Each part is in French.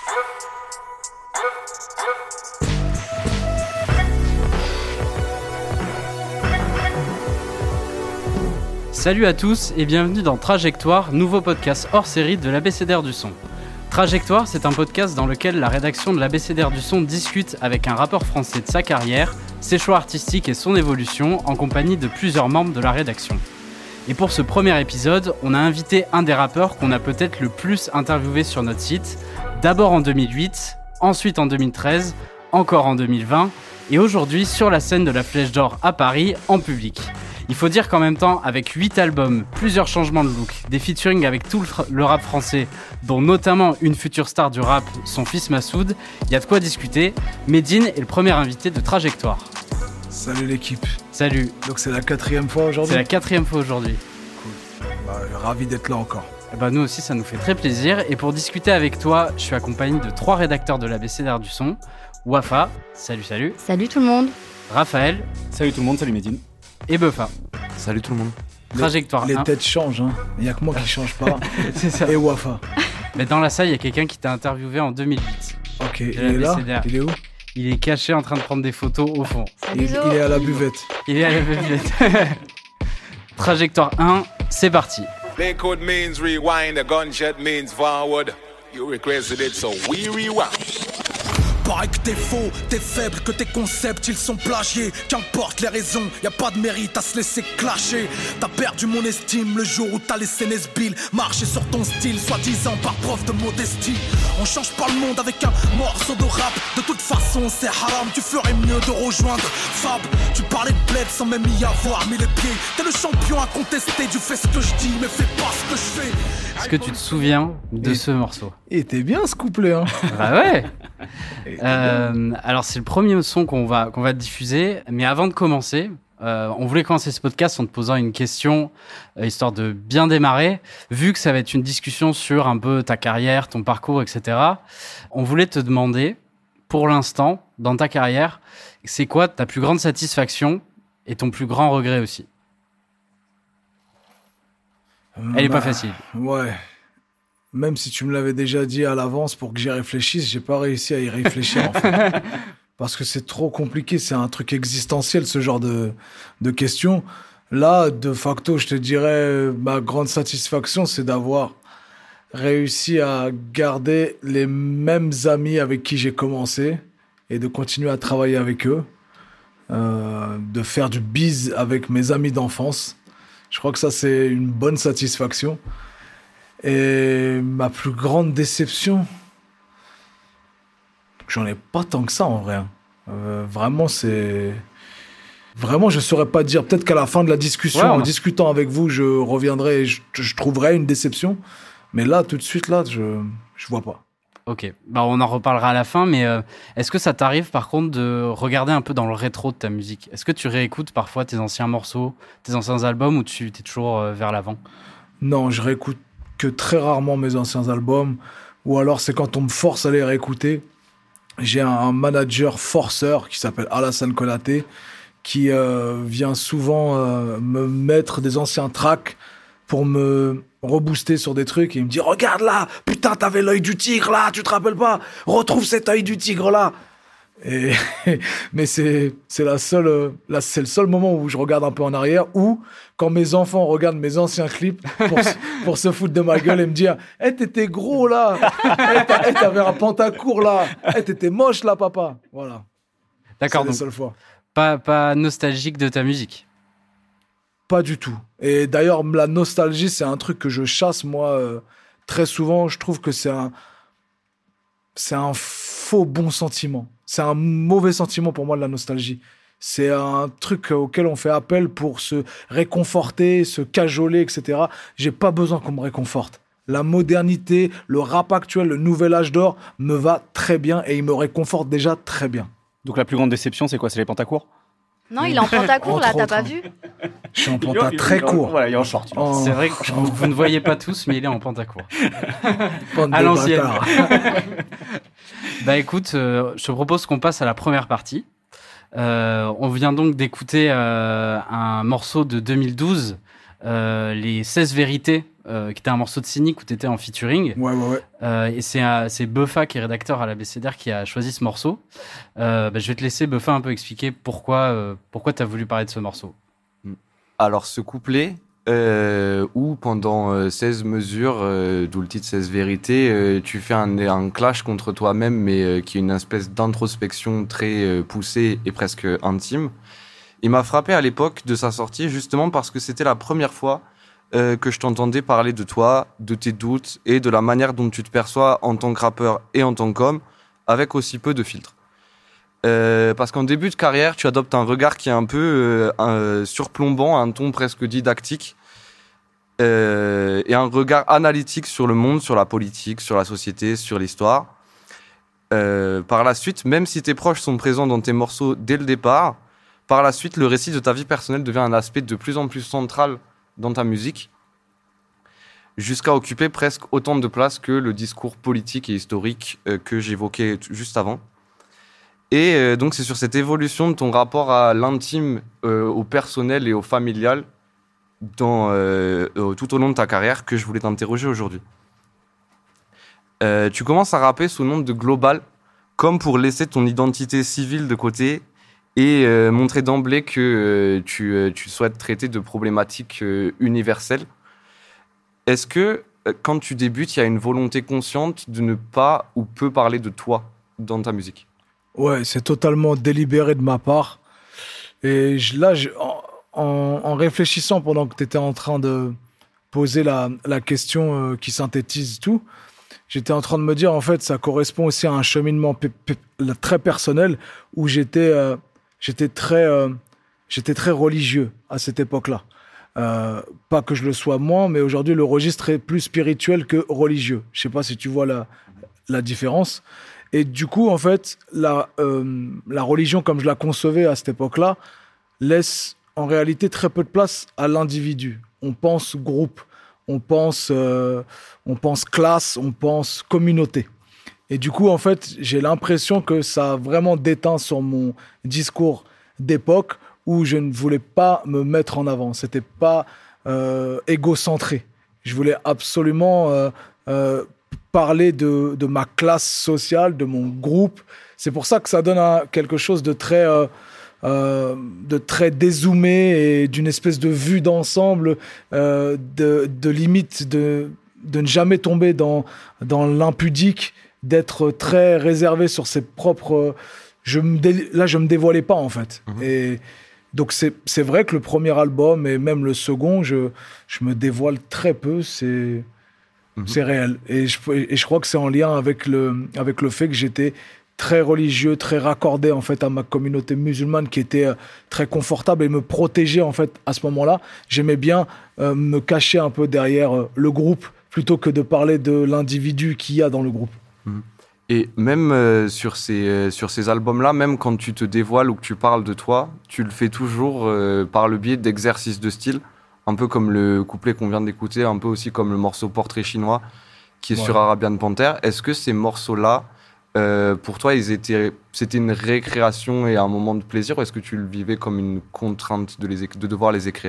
Salut à tous et bienvenue dans Trajectoire, nouveau podcast hors série de l'ABCDR du son. Trajectoire, c'est un podcast dans lequel la rédaction de l'ABCDR du son discute avec un rappeur français de sa carrière, ses choix artistiques et son évolution en compagnie de plusieurs membres de la rédaction. Et pour ce premier épisode, on a invité un des rappeurs qu'on a peut-être le plus interviewé sur notre site, d'abord en 2008, ensuite en 2013, encore en 2020 et aujourd'hui sur la scène de la Flèche d'Or à Paris en public. Il faut dire qu'en même temps, avec 8 albums, plusieurs changements de look, des featuring avec tout le rap français, dont notamment une future star du rap, son fils Massoud, il y a de quoi discuter. Medine est le premier invité de Trajectoire. Salut l'équipe. Salut. Donc c'est la 4e fois aujourd'hui ? C'est la 4e fois aujourd'hui. Cool. Ravi d'être là encore. Nous aussi, ça nous fait très plaisir. Et pour discuter avec toi, je suis accompagné de 3 rédacteurs de l'ABCDR du son. Wafa, salut. Salut tout le monde. Raphaël. Salut tout le monde, salut Medine. Et Buffa. Salut tout le monde. Trajectoire 1. Les têtes changent, hein. Il n'y a que moi qui ne change pas. C'est ça. Et Wafa. Mais dans la salle, il y a quelqu'un qui t'a interviewé en 2008. Ok, il est là ? Il est où ? Il est caché en train de prendre des photos au fond. Il est à la buvette. Il est à la buvette. Trajectoire 1, c'est parti. Liquid means rewind, a gunshot means forward. You requested it, so we rewind. Pareil que t'es faux, t'es faible, que tes concepts ils sont plagiés. Qu'importe les raisons, y a pas de mérite à se laisser clasher. T'as perdu mon estime le jour où t'as laissé Nesbill marcher sur ton style, soi-disant par preuve de modestie. On change pas le monde avec un morceau de rap. De toute façon c'est haram, tu ferais mieux de rejoindre Fab. Tu parlais de bled sans même y avoir mis les pieds. T'es le champion incontesté du fais ce que je dis, mais fais pas ce que je fais. Est-ce que tu te souviens de ce morceau ? Et t'es bien ce couplet, hein. Bah ouais. Alors c'est le premier son qu'on va diffuser, mais avant de commencer, on voulait commencer ce podcast en te posant une question, histoire de bien démarrer. Vu que ça va être une discussion sur un peu ta carrière, ton parcours, etc., on voulait te demander, pour l'instant, dans ta carrière, c'est quoi ta plus grande satisfaction et ton plus grand regret aussi ? Elle est pas facile. Ouais. Même si tu me l'avais déjà dit à l'avance pour que j'y réfléchisse, j'ai pas réussi à y réfléchir en fait. Parce que c'est trop compliqué, c'est un truc existentiel ce genre de questions. Là, de facto, je te dirais, ma grande satisfaction, c'est d'avoir réussi à garder les mêmes amis avec qui j'ai commencé et de continuer à travailler avec eux, de faire du bise avec mes amis d'enfance. Je crois que ça, c'est une bonne satisfaction. Et ma plus grande déception, j'en ai pas tant que ça en vrai. Vraiment, je saurais pas dire. Peut-être qu'à la fin de la discussion, en discutant avec vous, je reviendrai et je trouverai une déception. Mais là, tout de suite, là, je vois pas. Ok, on en reparlera à la fin, mais est-ce que ça t'arrive par contre de regarder un peu dans le rétro de ta musique ? Est-ce que tu réécoutes parfois tes anciens morceaux, tes anciens albums, ou tu t'es toujours vers l'avant ? Non, je réécoute que très rarement mes anciens albums, ou alors c'est quand on me force à les réécouter. J'ai un manager forceur qui s'appelle Alassane Konaté, qui vient souvent me mettre des anciens tracks pour me rebooster sur des trucs, et il me dit « Regarde là, putain, t'avais l'œil du tigre là, tu te rappelles pas ? Retrouve cet œil du tigre là !» Mais c'est le seul moment où je regarde un peu en arrière, ou quand mes enfants regardent mes anciens clips pour se foutre de ma gueule et me dire « Hey, t'étais gros là, hey, t'avais un pantacourt là, hey, t'étais moche là, papa !» Voilà. D'accord, c'est donc la seule fois. Pas nostalgique de ta musique ? Pas du tout. Et d'ailleurs, la nostalgie, c'est un truc que je chasse, moi, très souvent. Je trouve que c'est un faux bon sentiment. C'est un mauvais sentiment pour moi, de la nostalgie. C'est un truc auquel on fait appel pour se réconforter, se cajoler, etc. J'ai pas besoin qu'on me réconforte. La modernité, le rap actuel, le nouvel âge d'or me va très bien et il me réconforte déjà très bien. Donc la plus grande déception, c'est quoi ? C'est les pantacours ? Non, il est en pantacourt là, t'as pas vu ? Je suis en panta très court. Voilà, il est en short. C'est vrai que vous ne voyez pas tous, mais il est en pantacourt. À l'ancienne. Écoute, je te propose qu'on passe à la première partie. On vient donc d'écouter un morceau de 2012, les 16 vérités qui était un morceau de Cynic où tu étais en featuring. Ouais. Et c'est Buffa, qui est rédacteur à l'ABCDR, qui a choisi ce morceau. Je vais te laisser, Buffa, un peu expliquer pourquoi tu as voulu parler de ce morceau. Alors, ce couplet, où pendant 16 mesures, d'où le titre 16 vérités, tu fais un clash contre toi-même, mais qui est une espèce d'introspection très poussée et presque intime. Il m'a frappé à l'époque de sa sortie, justement parce que c'était la première fois que je t'entendais parler de toi, de tes doutes et de la manière dont tu te perçois en tant que rappeur et en tant qu'homme, avec aussi peu de filtres. Parce qu'en début de carrière, tu adoptes un regard qui est un peu surplombant, un ton presque didactique, et un regard analytique sur le monde, sur la politique, sur la société, sur l'histoire. Par la suite, même si tes proches sont présents dans tes morceaux dès le départ, par la suite, le récit de ta vie personnelle devient un aspect de plus en plus central dans ta musique, jusqu'à occuper presque autant de place que le discours politique et historique que j'évoquais juste avant. Et donc, c'est sur cette évolution de ton rapport à l'intime, au personnel et au familial tout au long de ta carrière que je voulais t'interroger aujourd'hui. Tu commences à rapper sous le nom de Global, comme pour laisser ton identité civile de côté et montrer d'emblée que tu souhaites traiter de problématiques universelles. Est-ce que, quand tu débutes, il y a une volonté consciente de ne pas ou peu parler de toi dans ta musique ? Ouais, c'est totalement délibéré de ma part. Et en réfléchissant pendant que tu étais en train de poser la question qui synthétise tout, j'étais en train de me dire, en fait, ça correspond aussi à un cheminement très personnel où j'étais très religieux à cette époque-là. Pas que je le sois moins, mais aujourd'hui, le registre est plus spirituel que religieux. Je sais pas si tu vois la différence. Et du coup, en fait, la religion, comme je la concevais à cette époque-là, laisse en réalité très peu de place à l'individu. On pense groupe, on pense classe, on pense communauté. Et du coup, en fait, j'ai l'impression que ça a vraiment déteint sur mon discours d'époque où je ne voulais pas me mettre en avant. C'était pas égocentré. Je voulais absolument parler de ma classe sociale, de mon groupe. C'est pour ça que ça donne quelque chose de très dézoomé et d'une espèce de vue d'ensemble, de limite de ne jamais tomber dans l'impudique, d'être très réservé sur ses propres... Là, je me dévoilais pas, en fait. Mmh. Et donc, c'est vrai que le premier album et même le second, je me dévoile très peu, c'est réel. Et je crois que c'est en lien avec le fait que j'étais très religieux, très raccordé en fait à ma communauté musulmane qui était très confortable et me protégeait en fait à ce moment-là. J'aimais bien me cacher un peu derrière le groupe plutôt que de parler de l'individu qu'il y a dans le groupe. Et même sur ces albums-là, même quand tu te dévoiles ou que tu parles de toi, tu le fais toujours par le biais d'exercices de style, un peu comme le couplet qu'on vient d'écouter, un peu aussi comme le morceau Portrait chinois qui est sur Arabian Panther. Est-ce que ces morceaux-là, pour toi, c'était une récréation et un moment de plaisir, ou est-ce que tu le vivais comme une contrainte de devoir les écrire ?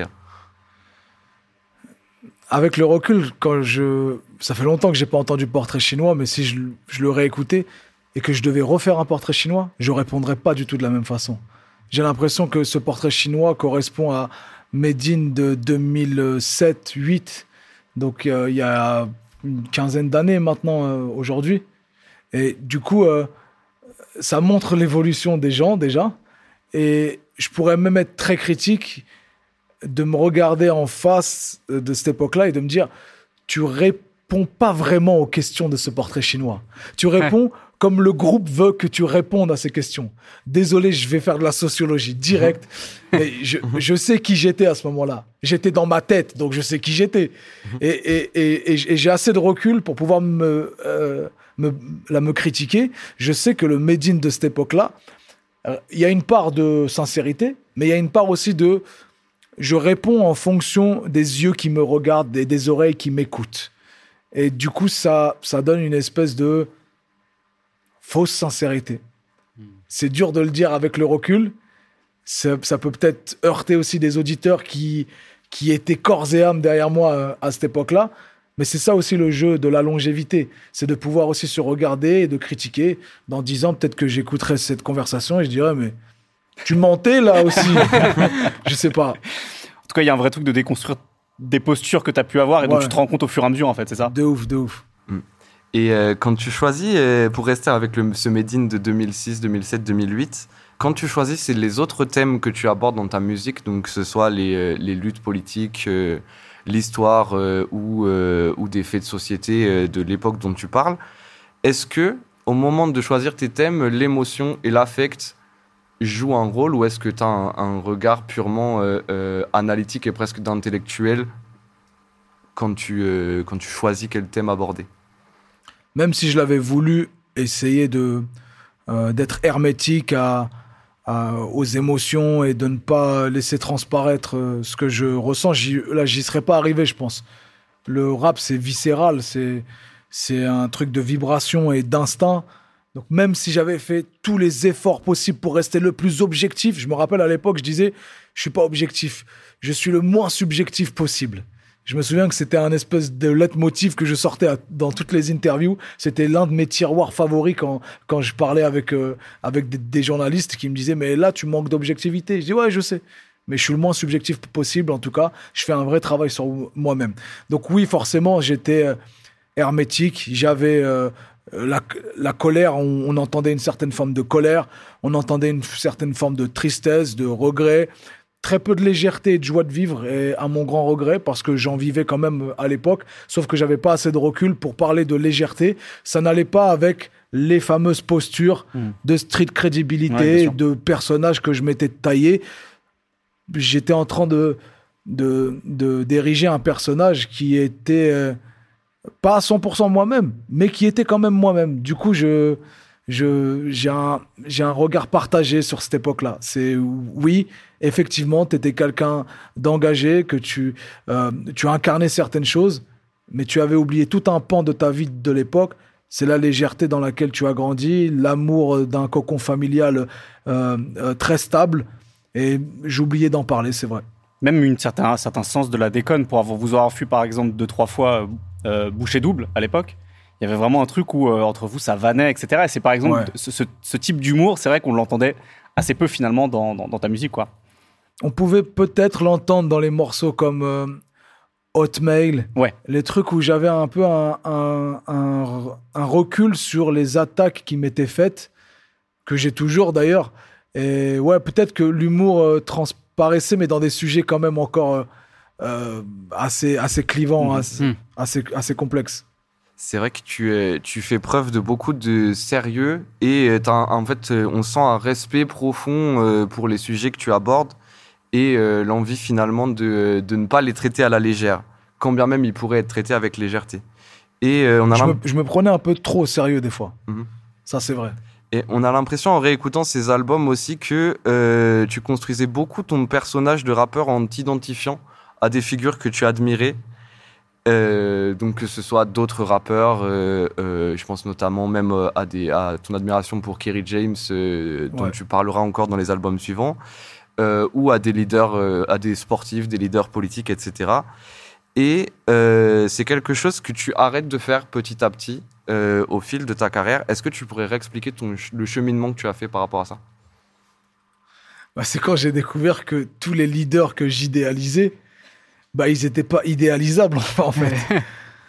Avec le recul, ça fait longtemps que j'ai pas entendu Portrait chinois, mais si je le réécoutais et que je devais refaire un portrait chinois, je répondrais pas du tout de la même façon. J'ai l'impression que ce portrait chinois correspond à Medine de 2007-2008, donc il y a une quinzaine d'années maintenant aujourd'hui. Et du coup, ça montre l'évolution des gens déjà. Et je pourrais même être très critique de me regarder en face de cette époque-là et de me dire, tu réponds pas vraiment aux questions de ce portrait chinois. Tu réponds comme le groupe veut que tu répondes à ces questions. Désolé, je vais faire de la sociologie directe. Mais je sais qui j'étais à ce moment-là. J'étais dans ma tête, donc je sais qui j'étais. Et j'ai assez de recul pour pouvoir me critiquer. Je sais que le Medine de cette époque-là, il y a une part de sincérité, mais il y a une part aussi de... Je réponds en fonction des yeux qui me regardent et des oreilles qui m'écoutent. Et du coup, ça donne une espèce de fausse sincérité. C'est dur de le dire avec le recul. Ça peut peut-être heurter aussi des auditeurs qui étaient corps et âme derrière moi à cette époque-là. Mais c'est ça aussi le jeu de la longévité. C'est de pouvoir aussi se regarder et de critiquer. Dans 10 ans, peut-être que j'écouterai cette conversation et je dirais, mais tu mentais là aussi. Je sais pas. En tout cas, il y a un vrai truc de déconstruire des postures que tu as pu avoir et dont tu te rends compte au fur et à mesure, en fait, c'est ça ? De ouf. Et quand tu choisis, pour rester avec ce Made in de 2006, 2007, 2008, quand tu choisis, c'est les autres thèmes que tu abordes dans ta musique, donc que ce soit les luttes politiques, l'histoire ou des faits de société de l'époque dont tu parles, est-ce que au moment de choisir tes thèmes, l'émotion et l'affect jouent un rôle, ou est-ce que tu as un regard purement analytique et presque d'intellectuel quand tu choisis quel thème aborder ? Même si je l'avais voulu essayer d'être hermétique aux émotions et de ne pas laisser transparaître ce que je ressens, j'y serais pas arrivé, je pense. Le rap, c'est viscéral, c'est un truc de vibration et d'instinct. Donc même si j'avais fait tous les efforts possibles pour rester le plus objectif, je me rappelle à l'époque, je disais, je suis pas objectif, je suis le moins subjectif possible. Je me souviens que c'était un espèce de leitmotiv que je sortais dans toutes les interviews. C'était l'un de mes tiroirs favoris quand je parlais avec des journalistes qui me disaient « Mais là, tu manques d'objectivité. » Je dis « Ouais, je sais. Mais je suis le moins subjectif possible. En tout cas, je fais un vrai travail sur moi-même. » Donc oui, forcément, j'étais hermétique. J'avais la colère. On entendait une certaine forme de colère. On entendait une certaine forme de tristesse, de regret. Très peu de légèreté et de joie de vivre, et à mon grand regret, parce que j'en vivais quand même à l'époque, sauf que j'avais pas assez de recul pour parler de légèreté. Ça n'allait pas avec les fameuses postures de street crédibilité, de personnages que je m'étais taillé. J'étais en train d'ériger un personnage qui était pas à 100% moi-même, mais qui était quand même moi-même. Du coup, j'ai un regard partagé sur cette époque-là. C'est oui, effectivement, tu étais quelqu'un d'engagé, que tu incarnais certaines choses, mais tu avais oublié tout un pan de ta vie de l'époque. C'est la légèreté dans laquelle tu as grandi, l'amour d'un cocon familial très stable, et j'oubliais d'en parler, c'est vrai. Même un certain sens de la déconne, pour vous avoir vu par exemple 2-3 fois Boucher Double à l'époque. Il y avait vraiment un truc où, entre vous, ça vannait, etc. Et c'est par exemple ce type d'humour, c'est vrai qu'on l'entendait assez peu finalement dans ta musique, quoi. On pouvait peut-être l'entendre dans les morceaux comme Hotmail, les trucs où j'avais un peu un recul sur les attaques qui m'étaient faites, que j'ai toujours d'ailleurs. Et ouais, peut-être que l'humour transparaissait, mais dans des sujets quand même encore assez clivants, assez complexes. C'est vrai que tu fais preuve de beaucoup de sérieux et en fait, on sent un respect profond pour les sujets que tu abordes et l'envie finalement de ne pas les traiter à la légère, quand bien même ils pourraient être traités avec légèreté. Et je me prenais un peu trop au sérieux des fois. Ça, c'est vrai. Et on a l'impression, en réécoutant ces albums aussi, que tu construisais beaucoup ton personnage de rappeur en t'identifiant à des figures que tu admirais. Donc que ce soit d'autres rappeurs, je pense notamment même à ton admiration pour Kerry James, dont tu parleras encore dans les albums suivants, ou à des leaders, à des sportifs, des leaders politiques, etc. Et c'est quelque chose que tu arrêtes de faire petit à petit au fil de ta carrière. Est-ce que tu pourrais réexpliquer le cheminement que tu as fait par rapport à ça ? C'est quand j'ai découvert que tous les leaders que j'idéalisais, ils n'étaient pas idéalisables, en fait.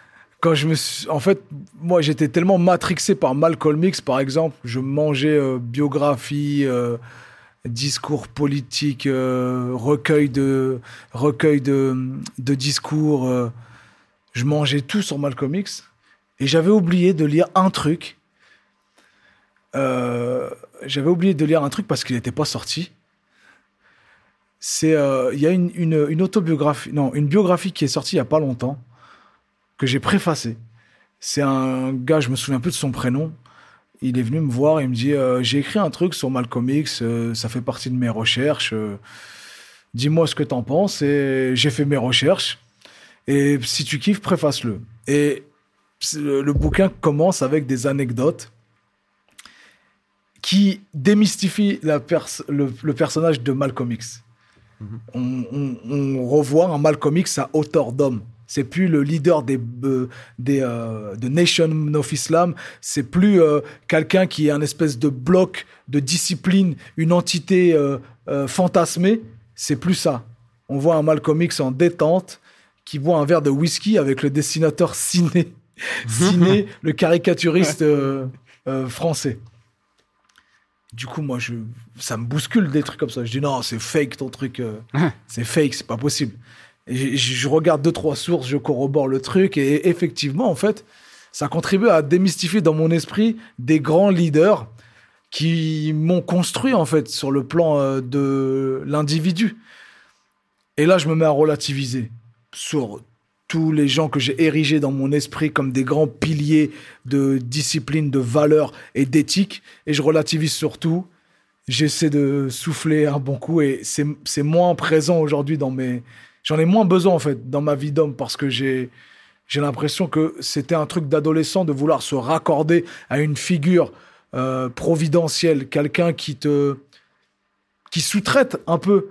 En fait, moi, j'étais tellement matrixé par Malcolm X, par exemple. Je mangeais biographie, discours politique, recueil de discours. Je mangeais tout sur Malcolm X. Et j'avais oublié de lire un truc. Parce qu'il n'était pas sorti. Il y a une autobiographie, une biographie qui est sortie il n'y a pas longtemps, que j'ai préfacée. C'est un gars, je me souviens plus de son prénom. Il est venu me voir et il me dit j'ai écrit un truc sur Malcolm X, ça fait partie de mes recherches. Dis-moi ce que t'en penses. Et j'ai fait mes recherches. Et si tu kiffes, préface-le. Et le bouquin commence avec des anecdotes qui démystifient le personnage de Malcolm X. On revoit un Malcolm X à hauteur d'homme. C'est plus le leader de Nation of Islam. C'est plus quelqu'un qui est un espèce de bloc de discipline, une entité fantasmée. C'est plus ça. On voit un Malcolm X en détente qui boit un verre de whisky avec le dessinateur Ciné, le caricaturiste français. Du coup, moi, ça me bouscule des trucs comme ça. Je dis non, c'est fake ton truc. C'est fake, c'est pas possible. Et je regarde 2-3 sources, je corrobore le truc. Et effectivement, en fait, ça contribue à démystifier dans mon esprit des grands leaders qui m'ont construit, en fait, sur le plan de l'individu. Et là, je me mets à relativiser sur tous les gens que j'ai érigés dans mon esprit comme des grands piliers de discipline, de valeurs et d'éthique. Et je relativise surtout. J'essaie de souffler un bon coup et c'est moins présent aujourd'hui J'en ai moins besoin, en fait, dans ma vie d'homme parce que j'ai l'impression que c'était un truc d'adolescent de vouloir se raccorder à une figure providentielle, quelqu'un qui sous-traite un peu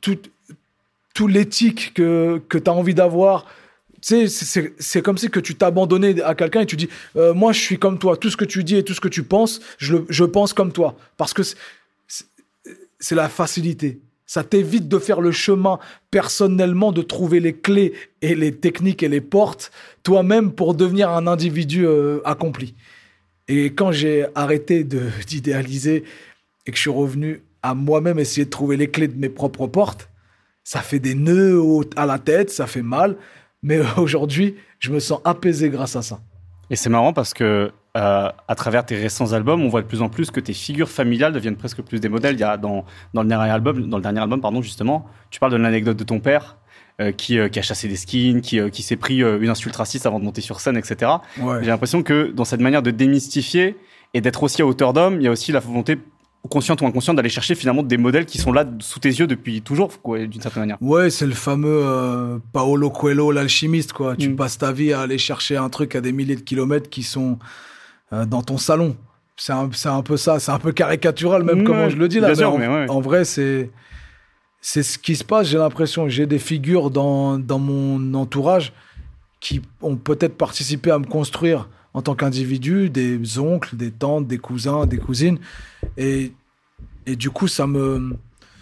tout l'éthique que tu as envie d'avoir. Tu sais, c'est comme si que tu t'abandonnais à quelqu'un et tu dis moi, je suis comme toi. Tout ce que tu dis et tout ce que tu penses, je pense comme toi. Parce que c'est la facilité. Ça t'évite de faire le chemin personnellement, de trouver les clés et les techniques et les portes toi-même pour devenir un individu accompli. Et quand j'ai arrêté d'idéaliser et que je suis revenu à moi-même essayer de trouver les clés de mes propres portes, ça fait des nœuds à la tête, ça fait mal. Mais aujourd'hui, je me sens apaisé grâce à ça. Et c'est marrant parce que à travers tes récents albums, on voit de plus en plus que tes figures familiales deviennent presque plus des modèles. Il y a dans le dernier album, justement, tu parles de l'anecdote de ton père qui a chassé des skins, qui s'est pris une insulte raciste avant de monter sur scène, etc. Ouais. J'ai l'impression que dans cette manière de démystifier et d'être aussi à hauteur d'homme, il y a aussi la volonté consciente ou inconsciente d'aller chercher finalement des modèles qui sont là sous tes yeux depuis toujours, quoi, d'une certaine manière. Ouais, c'est le fameux Paolo Coelho, l'alchimiste, quoi. Tu passes ta vie à aller chercher un truc à des milliers de kilomètres qui sont dans ton salon. C'est un peu ça, c'est un peu caricatural même comment je le dis là. Bien sûr, mais en vrai, c'est ce qui se passe. J'ai l'impression que j'ai des figures dans mon entourage qui ont peut-être participé à me construire en tant qu'individu, des oncles, des tantes, des cousins, des cousines. Et du coup, ça me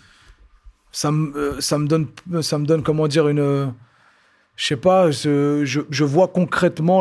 donne, comment dire, je sais pas, je vois concrètement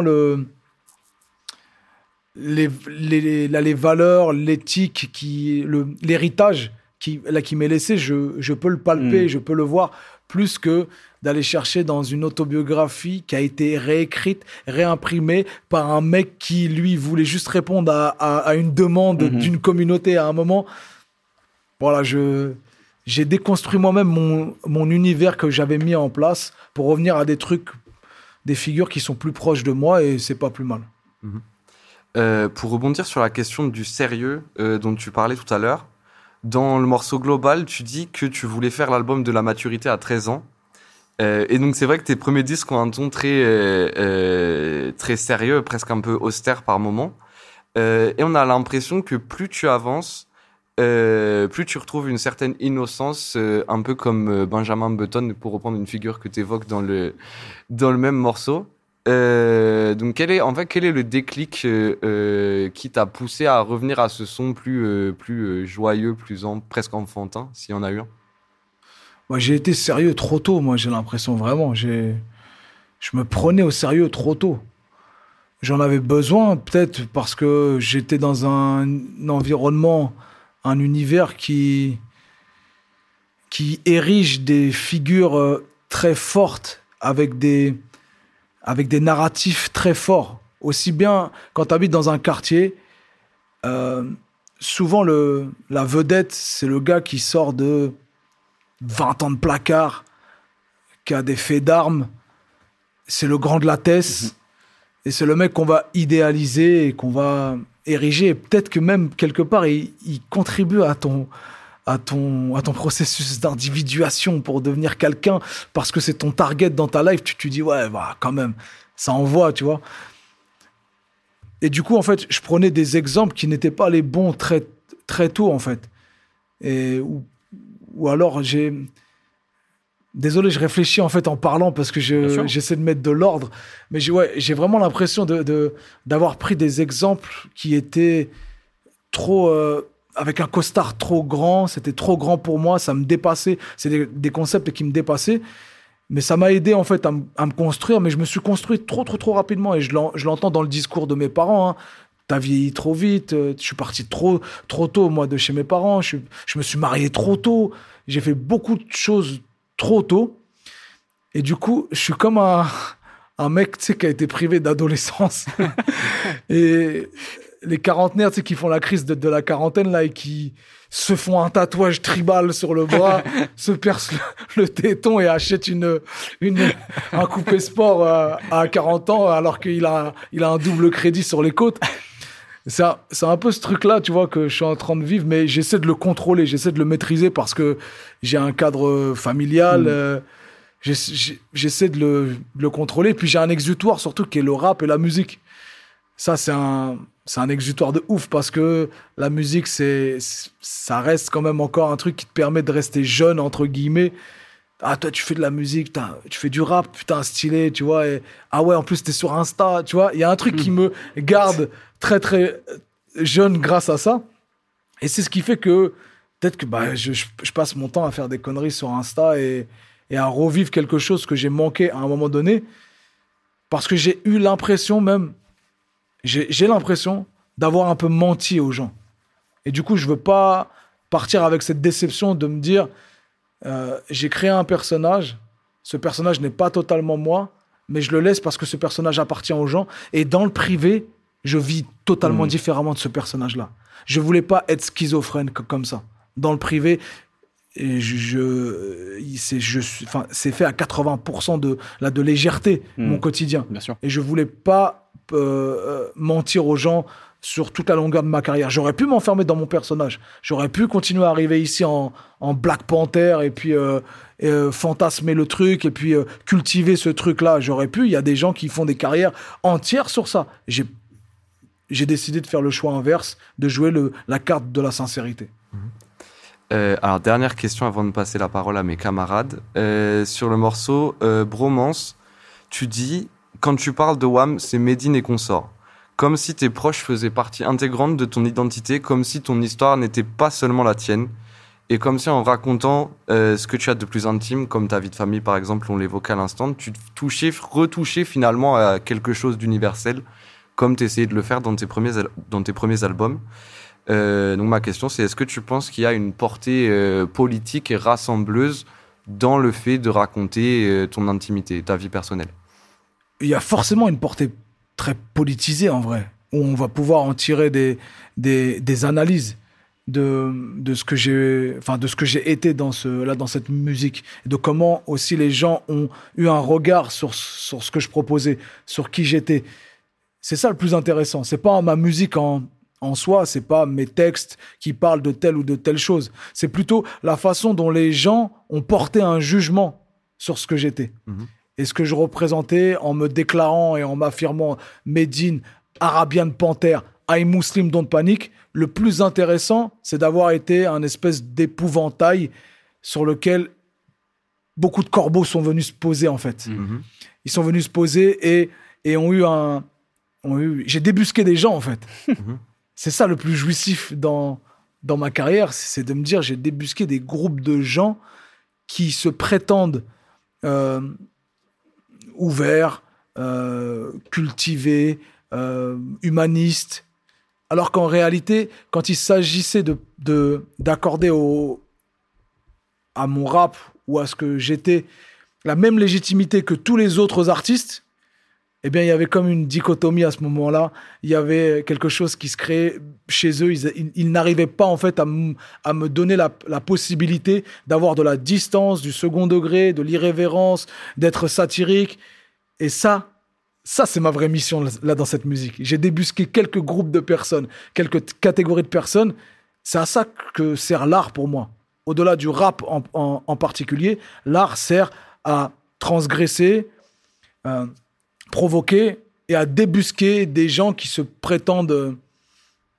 les valeurs, l'éthique, l'héritage qui m'est laissé, je peux le palper, je peux le voir, plus que d'aller chercher dans une autobiographie qui a été réécrite, réimprimée par un mec qui, lui, voulait juste répondre à une demande d'une communauté à un moment. Voilà, j'ai déconstruit moi-même mon univers que j'avais mis en place pour revenir à des trucs, des figures qui sont plus proches de moi, et c'est pas plus mal. Pour rebondir sur la question du sérieux dont tu parlais tout à l'heure, dans le morceau Global, tu dis que tu voulais faire l'album de la maturité à 13 ans. Et donc, c'est vrai que tes premiers disques ont un ton très sérieux, presque un peu austère par moment. Et on a l'impression que plus tu avances, plus tu retrouves une certaine innocence, un peu comme Benjamin Button, pour reprendre une figure que tu évoques dans le même morceau. Donc, quel est le déclic qui t'a poussé à revenir à ce son plus joyeux, presque enfantin, s'il y en a eu un? Moi, j'ai été sérieux trop tôt, moi, j'ai l'impression, vraiment. Je me prenais au sérieux trop tôt. J'en avais besoin, peut-être parce que j'étais dans un environnement, un univers qui érige des figures très fortes avec des narratifs très forts. Aussi bien quand tu habites dans un quartier, souvent la vedette, c'est le gars qui sort de 20 ans de placard, qui a des faits d'armes. C'est le grand de la Tesse. Et c'est le mec qu'on va idéaliser et qu'on va ériger. Et peut-être que même, quelque part, il contribue à ton processus d'individuation pour devenir quelqu'un, parce que c'est ton target dans ta life. Tu dis, ouais, bah, quand même, ça envoie, tu vois. Et du coup, en fait, je prenais des exemples qui n'étaient pas les bons très, très tôt, en fait. Ou alors, Désolé, je réfléchis en fait en parlant parce que j'essaie de mettre de l'ordre. Mais j'ai vraiment l'impression d'avoir pris des exemples qui étaient trop... avec un costard trop grand, c'était trop grand pour moi, ça me dépassait. C'est des concepts qui me dépassaient. Mais ça m'a aidé en fait à me construire. Mais je me suis construit trop rapidement. Et je l'entends dans le discours de mes parents. Hein. T'as vieilli trop vite, je suis parti trop tôt, moi, de chez mes parents. Je me suis marié trop tôt. J'ai fait beaucoup de choses trop tôt. Et du coup, je suis comme un mec, tu sais, qui a été privé d'adolescence. Et les quarantenaires, tu sais, qui font la crise de la quarantaine, là, et qui se font un tatouage tribal sur le bras, se percent le téton et achètent un coupé sport à 40 ans, alors qu'il a un double crédit sur les côtes. C'est un peu ce truc-là, tu vois, que je suis en train de vivre, mais j'essaie de le contrôler, j'essaie de le maîtriser parce que j'ai un cadre familial, j'essaie de le contrôler. Puis j'ai un exutoire surtout qui est le rap et la musique. Ça, c'est un exutoire de ouf parce que la musique, ça reste quand même encore un truc qui te permet de rester jeune, entre guillemets. Ah, toi, tu fais de la musique, tu fais du rap, putain, stylé, tu vois. Ah ouais, en plus, t'es sur Insta, tu vois. Il y a un truc qui me garde très, très jeune grâce à ça. Et c'est ce qui fait que peut-être que je passe mon temps à faire des conneries sur Insta et à revivre quelque chose que j'ai manqué à un moment donné. Parce que j'ai eu l'impression même... J'ai l'impression d'avoir un peu menti aux gens. Et du coup, je veux pas partir avec cette déception de me dire j'ai créé un personnage, ce personnage n'est pas totalement moi, mais je le laisse parce que ce personnage appartient aux gens. Et dans le privé, je vis totalement différemment de ce personnage-là. Je voulais pas être schizophrène comme ça. Dans le privé, et c'est fait à 80% de légèreté, mon quotidien. Bien sûr. Et je voulais pas mentir aux gens sur toute la longueur de ma carrière. J'aurais pu m'enfermer dans mon personnage. J'aurais pu continuer à arriver ici en Black Panther et puis fantasmer le truc et puis cultiver ce truc-là. J'aurais pu. Il y a des gens qui font des carrières entières sur ça. J'ai décidé de faire le choix inverse, de jouer la carte de la sincérité. Alors, dernière question avant de passer la parole à mes camarades. Sur le morceau Bromance, tu dis... Quand tu parles de WAM, c'est Medine et consorts. Comme si tes proches faisaient partie intégrante de ton identité, comme si ton histoire n'était pas seulement la tienne. Et comme si en racontant ce que tu as de plus intime, comme ta vie de famille par exemple, on l'évoquait à l'instant, tu retouchais finalement à quelque chose d'universel, comme tu essayais de le faire dans tes premiers albums. Donc ma question c'est, est-ce que tu penses qu'il y a une portée politique et rassembleuse dans le fait de raconter ton intimité, ta vie personnelle ? Il y a forcément une portée très politisée en vrai, où on va pouvoir en tirer des analyses de ce que j'ai été dans cette musique, de comment aussi les gens ont eu un regard sur ce que je proposais, sur qui j'étais. C'est ça le plus intéressant. C'est pas ma musique en soi, c'est pas mes textes qui parlent de telle ou de telle chose. C'est plutôt la façon dont les gens ont porté un jugement sur ce que j'étais. Et ce que je représentais en me déclarant et en m'affirmant Medine, Arabian Panther, I Muslim, don't panic. Le plus intéressant, c'est d'avoir été un espèce d'épouvantail sur lequel beaucoup de corbeaux sont venus se poser, en fait. Ils sont venus se poser et j'ai débusqué des gens, en fait. C'est ça le plus jouissif dans ma carrière, c'est de me dire j'ai débusqué des groupes de gens qui se prétendent ouverts, cultivés, humanistes, alors qu'en réalité, quand il s'agissait d'accorder à mon rap ou à ce que j'étais la même légitimité que tous les autres artistes, eh bien, il y avait comme une dichotomie à ce moment-là. Il y avait quelque chose qui se créait chez eux. Ils n'arrivaient pas, en fait, à me donner la possibilité d'avoir de la distance, du second degré, de l'irrévérence, d'être satirique. Et ça, c'est ma vraie mission, là, dans cette musique. J'ai débusqué quelques groupes de personnes, quelques catégories de personnes. C'est à ça que sert l'art pour moi. Au-delà du rap en particulier, l'art sert à transgresser, provoquer et à débusquer des gens qui se prétendent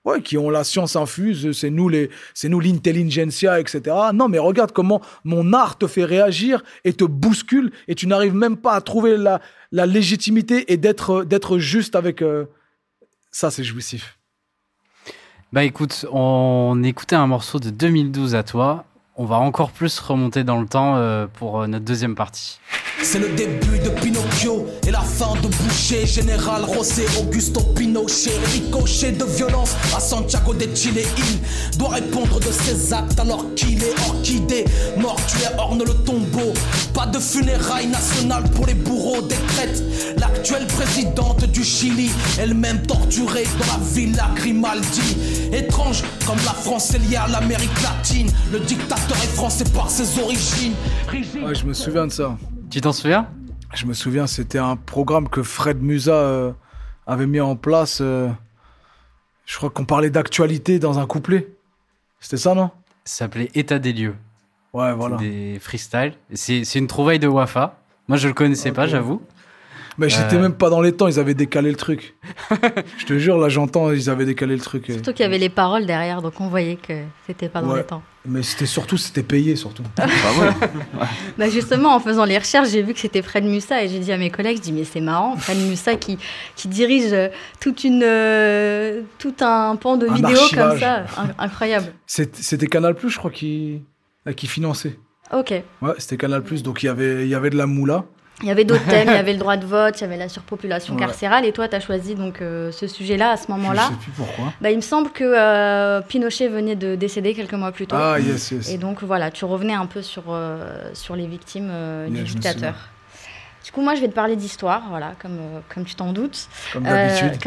Ouais, qui ont la science infuse, c'est nous l'intelligentsia, etc. Non, mais regarde comment mon art te fait réagir et te bouscule et tu n'arrives même pas à trouver la légitimité et d'être juste avec... Ça, c'est jouissif. Bah écoute, on écoutait un morceau de 2012 à toi. On va encore plus remonter dans le temps pour notre deuxième partie. C'est le début de Pinocchio et la fin de Boucher. Général José Augusto Pinochet, ricochet de violence à Santiago de Chile. Il doit répondre de ses actes alors qu'il est orchidée. Mortuaire orne le tombeau. Pas de funérailles nationales pour les bourreaux des traites. L'actuelle présidente du Chili, elle-même torturée dans la Villa Grimaldi. Étrange comme la France est liée à l'Amérique latine. Le dictateur est français par ses origines. Ouais, je me souviens de ça. Tu t'en souviens ? Je me souviens, c'était un programme que Fred Musa avait mis en place. Je crois qu'on parlait d'actualité dans un couplet. C'était ça, non ? Ça s'appelait État des lieux. Ouais, voilà. C'est des freestyles. C'est une trouvaille de Wafa. Moi, je le connaissais pas, j'avoue. Mais j'étais même pas dans les temps, ils avaient décalé le truc. Je te jure, là j'entends, ils avaient décalé le truc. Surtout qu'il y avait les paroles derrière, donc on voyait que c'était pas dans les temps. Mais c'était payé surtout. Bah justement, en faisant les recherches, j'ai vu que c'était Fred Musa et j'ai dit à mes collègues, je dis mais c'est marrant, Fred Musa qui dirige tout un pan de vidéos comme ça, incroyable. C'était Canal+, je crois, qui finançait. Ok. Ouais, c'était Canal+, donc il y avait de la moula. Il y avait d'autres thèmes, il y avait le droit de vote, il y avait la surpopulation carcérale. Et toi, tu as choisi donc, ce sujet-là à ce moment-là. Je sais plus pourquoi. Bah, il me semble que Pinochet venait de décéder quelques mois plus tôt. Ah, yes. Et donc, voilà, tu revenais un peu sur les victimes du dictateur. Du coup, moi, je vais te parler d'histoire, voilà, comme tu t'en doutes. Comme d'habitude.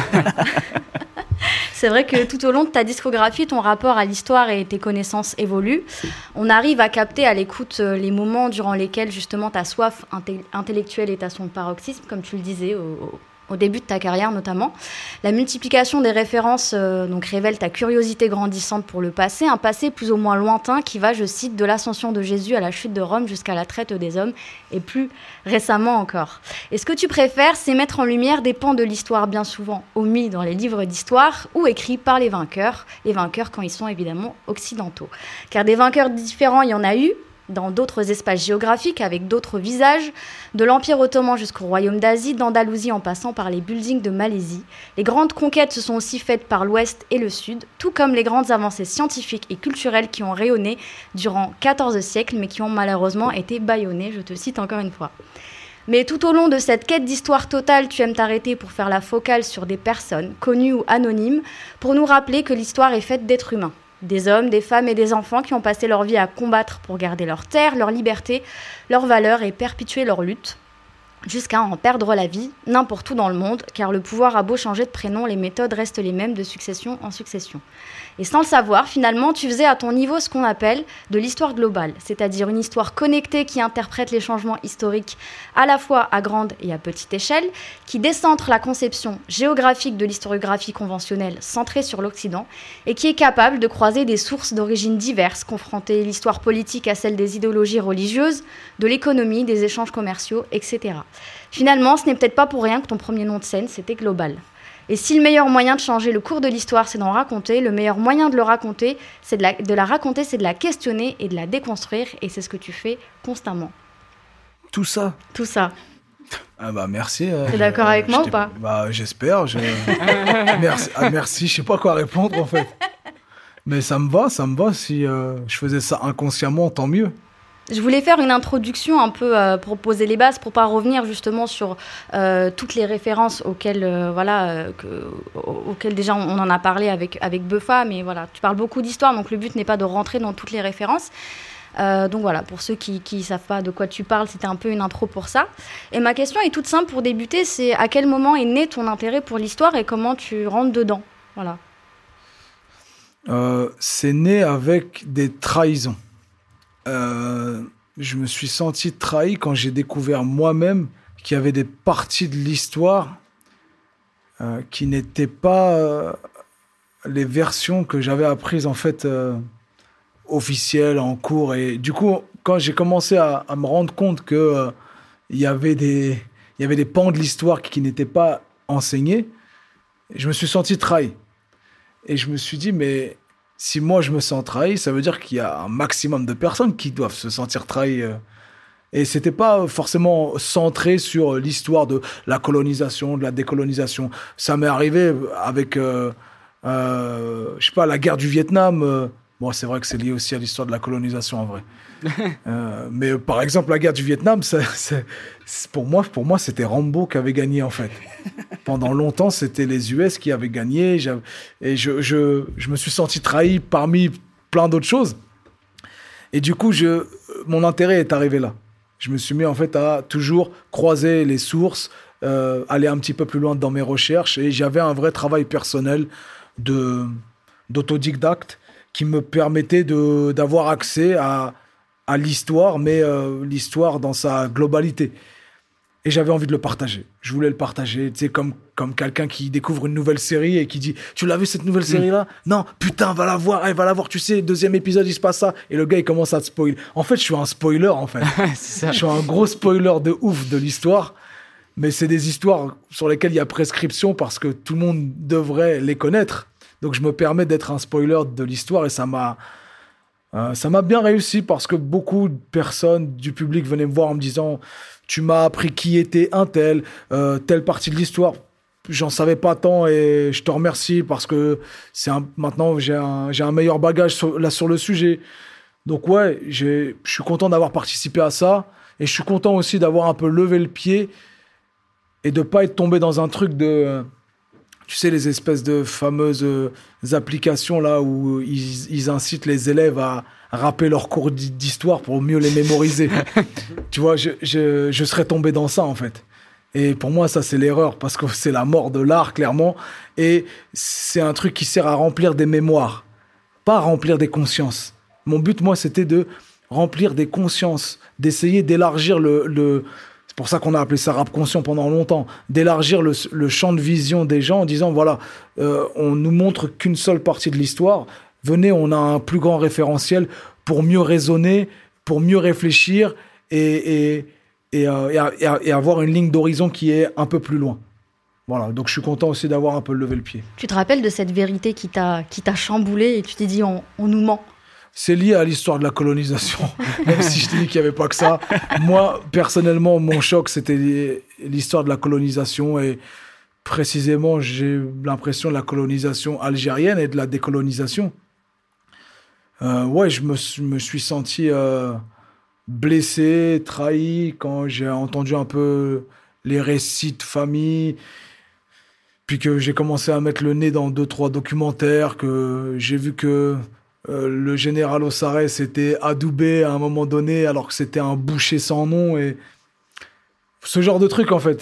C'est vrai que tout au long de ta discographie, ton rapport à l'histoire et tes connaissances évoluent. On arrive à capter à l'écoute les moments durant lesquels justement ta soif intellectuelle est à son paroxysme, comme tu le disais au début de ta carrière notamment. La multiplication des références donc révèle ta curiosité grandissante pour le passé, un passé plus ou moins lointain qui va, je cite, de l'ascension de Jésus à la chute de Rome jusqu'à la traite des hommes et plus récemment encore. Et ce que tu préfères, c'est mettre en lumière des pans de l'histoire bien souvent omis dans les livres d'histoire ou écrits par les vainqueurs quand ils sont évidemment occidentaux. Car des vainqueurs différents, il y en a eu, dans d'autres espaces géographiques avec d'autres visages, de l'Empire ottoman jusqu'au Royaume d'Asie, d'Andalousie en passant par les buildings de Malaisie. Les grandes conquêtes se sont aussi faites par l'Ouest et le Sud, tout comme les grandes avancées scientifiques et culturelles qui ont rayonné durant 14 siècles, mais qui ont malheureusement été bâillonnées, je te cite encore une fois. Mais tout au long de cette quête d'histoire totale, tu aimes t'arrêter pour faire la focale sur des personnes, connues ou anonymes, pour nous rappeler que l'histoire est faite d'êtres humains. Des hommes, des femmes et des enfants qui ont passé leur vie à combattre pour garder leur terre, leur liberté, leurs valeurs et perpétuer leur lutte, jusqu'à en perdre la vie n'importe où dans le monde, car le pouvoir a beau changer de prénom, les méthodes restent les mêmes de succession en succession. Et sans le savoir, finalement, tu faisais à ton niveau ce qu'on appelle de l'histoire globale, c'est-à-dire une histoire connectée qui interprète les changements historiques à la fois à grande et à petite échelle, qui décentre la conception géographique de l'historiographie conventionnelle centrée sur l'Occident et qui est capable de croiser des sources d'origines diverses, confronter l'histoire politique à celle des idéologies religieuses, de l'économie, des échanges commerciaux, etc. Finalement, ce n'est peut-être pas pour rien que ton premier nom de scène, c'était Global. Et si le meilleur moyen de changer le cours de l'histoire, c'est d'en raconter, le meilleur moyen de le raconter, c'est de la raconter, c'est de la questionner et de la déconstruire. Et c'est ce que tu fais constamment. Tout ça. Ah bah merci. T'es d'accord avec moi ou pas ? Bah j'espère. Merci, je sais pas quoi répondre en fait. Mais ça me va. Si je faisais ça inconsciemment, tant mieux. Je voulais faire une introduction un peu pour poser les bases, pour pas revenir justement sur toutes les références auxquelles déjà on en a parlé avec Beufa, mais voilà, tu parles beaucoup d'histoire, donc le but n'est pas de rentrer dans toutes les références. Donc voilà, pour ceux qui savent pas de quoi tu parles, c'était un peu une intro pour ça. Et ma question est toute simple pour débuter, c'est à quel moment est né ton intérêt pour l'histoire et comment tu rentres dedans ? Voilà. C'est né avec des trahisons. Je me suis senti trahi quand j'ai découvert moi-même qu'il y avait des parties de l'histoire qui n'étaient pas les versions que j'avais apprises en fait officielles en cours. Et du coup, quand j'ai commencé à me rendre compte que il y avait des pans de l'histoire qui n'étaient pas enseignés, je me suis senti trahi. Et je me suis dit, mais si moi je me sens trahi, ça veut dire qu'il y a un maximum de personnes qui doivent se sentir trahies. Et c'était pas forcément centré sur l'histoire de la colonisation, de la décolonisation. Ça m'est arrivé avec, je sais pas, la guerre du Vietnam. Bon, c'est vrai que c'est lié aussi à l'histoire de la colonisation en vrai. Mais par exemple, la guerre du Vietnam, pour moi, c'était Rambo qui avait gagné en fait. Pendant longtemps, c'était les US qui avaient gagné. Et je me suis senti trahi parmi plein d'autres choses. Et du coup, mon intérêt est arrivé là. Je me suis mis en fait à toujours croiser les sources, aller un petit peu plus loin dans mes recherches. Et j'avais un vrai travail personnel d'autodidacte qui me permettait d'avoir accès à l'histoire, mais l'histoire dans sa globalité. Et j'avais envie de le partager. Je voulais le partager, tu sais, comme quelqu'un qui découvre une nouvelle série et qui dit « Tu l'as vu cette nouvelle série-là ?»« Non, putain, va la voir, tu sais, deuxième épisode, il se passe ça. » Et le gars, il commence à te spoiler. En fait, je suis un spoiler, en fait. C'est ça. Je suis un gros spoiler de ouf de l'histoire. Mais c'est des histoires sur lesquelles il y a prescription parce que tout le monde devrait les connaître. Donc, je me permets d'être un spoiler de l'histoire et ça m'a bien réussi parce que beaucoup de personnes du public venaient me voir en me disant « Tu m'as appris qui était un tel, telle partie de l'histoire. J'en savais pas tant et je te remercie parce que maintenant j'ai un meilleur bagage sur le sujet. » Donc ouais, je suis content d'avoir participé à ça et je suis content aussi d'avoir un peu levé le pied et de pas être tombé dans un truc de... Tu sais, les espèces de fameuses applications là où ils incitent les élèves à rapper leurs cours d'histoire pour mieux les mémoriser. Tu vois, je serais tombé dans ça, en fait. Et pour moi, ça, c'est l'erreur, parce que c'est la mort de l'art, clairement. Et c'est un truc qui sert à remplir des mémoires, pas à remplir des consciences. Mon but, moi, c'était de remplir des consciences, d'essayer d'élargir c'est pour ça qu'on a appelé ça rap conscient pendant longtemps, d'élargir le champ de vision des gens en disant, voilà, on nous montre qu'une seule partie de l'histoire. Venez, on a un plus grand référentiel pour mieux raisonner, pour mieux réfléchir et avoir une ligne d'horizon qui est un peu plus loin. Voilà, donc je suis content aussi d'avoir un peu levé le pied. Tu te rappelles de cette vérité qui t'a chamboulé et tu t'es dit on nous ment? C'est lié à l'histoire de la colonisation, même si je te dis qu'il n'y avait pas que ça. Moi, personnellement, mon choc, c'était l'histoire de la colonisation et précisément, j'ai l'impression de la colonisation algérienne et de la décolonisation. Ouais, je me suis senti blessé, trahi quand j'ai entendu un peu les récits de famille, puis que j'ai commencé à mettre le nez dans 2-3 documentaires, que j'ai vu que le général Ossarès s'était adoubé à un moment donné alors que c'était un boucher sans nom et ce genre de truc en fait,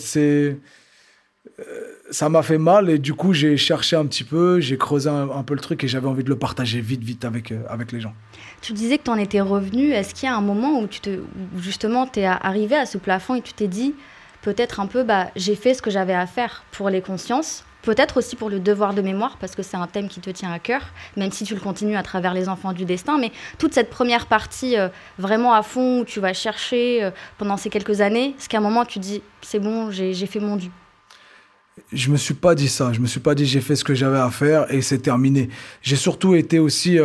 ça m'a fait mal et du coup j'ai cherché un petit peu, j'ai creusé un peu le truc et j'avais envie de le partager vite avec les gens. Tu disais que tu en étais revenu, est-ce qu'il y a un moment où justement tu es arrivé à ce plafond et tu t'es dit peut-être un peu j'ai fait ce que j'avais à faire pour les consciences, peut-être aussi pour le devoir de mémoire, parce que c'est un thème qui te tient à cœur, même si tu le continues à travers les enfants du destin. Mais toute cette première partie, vraiment à fond, où tu vas chercher pendant ces quelques années, est-ce qu'à un moment tu dis, c'est bon, j'ai fait mon dû? Je me suis pas dit ça. Je me suis pas dit j'ai fait ce que j'avais à faire et c'est terminé. J'ai surtout été aussi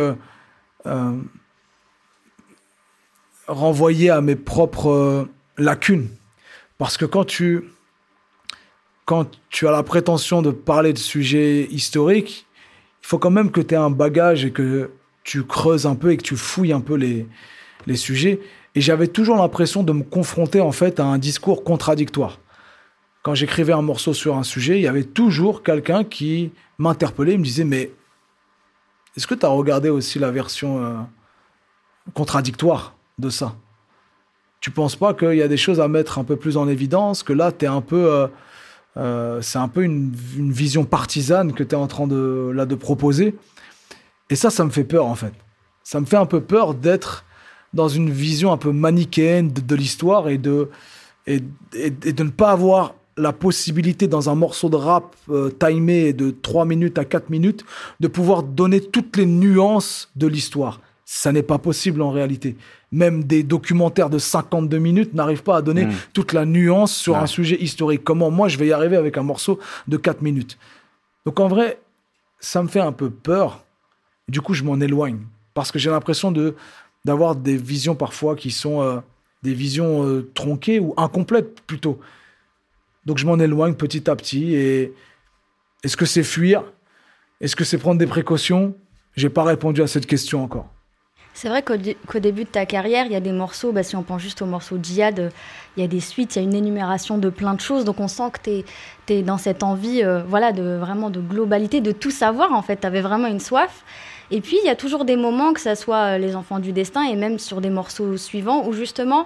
renvoyé à mes propres lacunes. Parce que quand tu as la prétention de parler de sujets historiques, il faut quand même que tu aies un bagage et que tu creuses un peu et que tu fouilles un peu les sujets. Et j'avais toujours l'impression de me confronter en fait à un discours contradictoire. Quand j'écrivais un morceau sur un sujet, il y avait toujours quelqu'un qui m'interpellait, il me disait « Mais est-ce que tu as regardé aussi la version contradictoire de ça ? Tu penses pas qu'il y a des choses à mettre un peu plus en évidence, que là, t'es un peu... c'est un peu une vision partisane que tu es en train de proposer. » Et ça me fait peur, en fait. Ça me fait un peu peur d'être dans une vision un peu manichéenne de l'histoire et de ne pas avoir la possibilité, dans un morceau de rap timé de 3 minutes à 4 minutes, de pouvoir donner toutes les nuances de l'histoire. Ça n'est pas possible en réalité. Même des documentaires de 52 minutes n'arrivent pas à donner toute la nuance sur un sujet historique. Comment moi je vais y arriver avec un morceau de 4 minutes? Donc en vrai, ça me fait un peu peur. Du coup, je m'en éloigne. Parce que j'ai l'impression d'avoir des visions parfois qui sont des visions tronquées ou incomplètes plutôt. Donc, je m'en éloigne petit à petit. Et est-ce que c'est fuir ? Est-ce que c'est prendre des précautions ? J'ai pas répondu à cette question encore. C'est vrai qu'au début de ta carrière, il y a des morceaux, si on pense juste au morceau Djihad, il y a des suites, il y a une énumération de plein de choses. Donc on sent que t'es dans cette envie vraiment de globalité, de tout savoir en fait. Tu avais vraiment une soif. Et puis il y a toujours des moments, que ça soit Les Enfants du Destin et même sur des morceaux suivants, où justement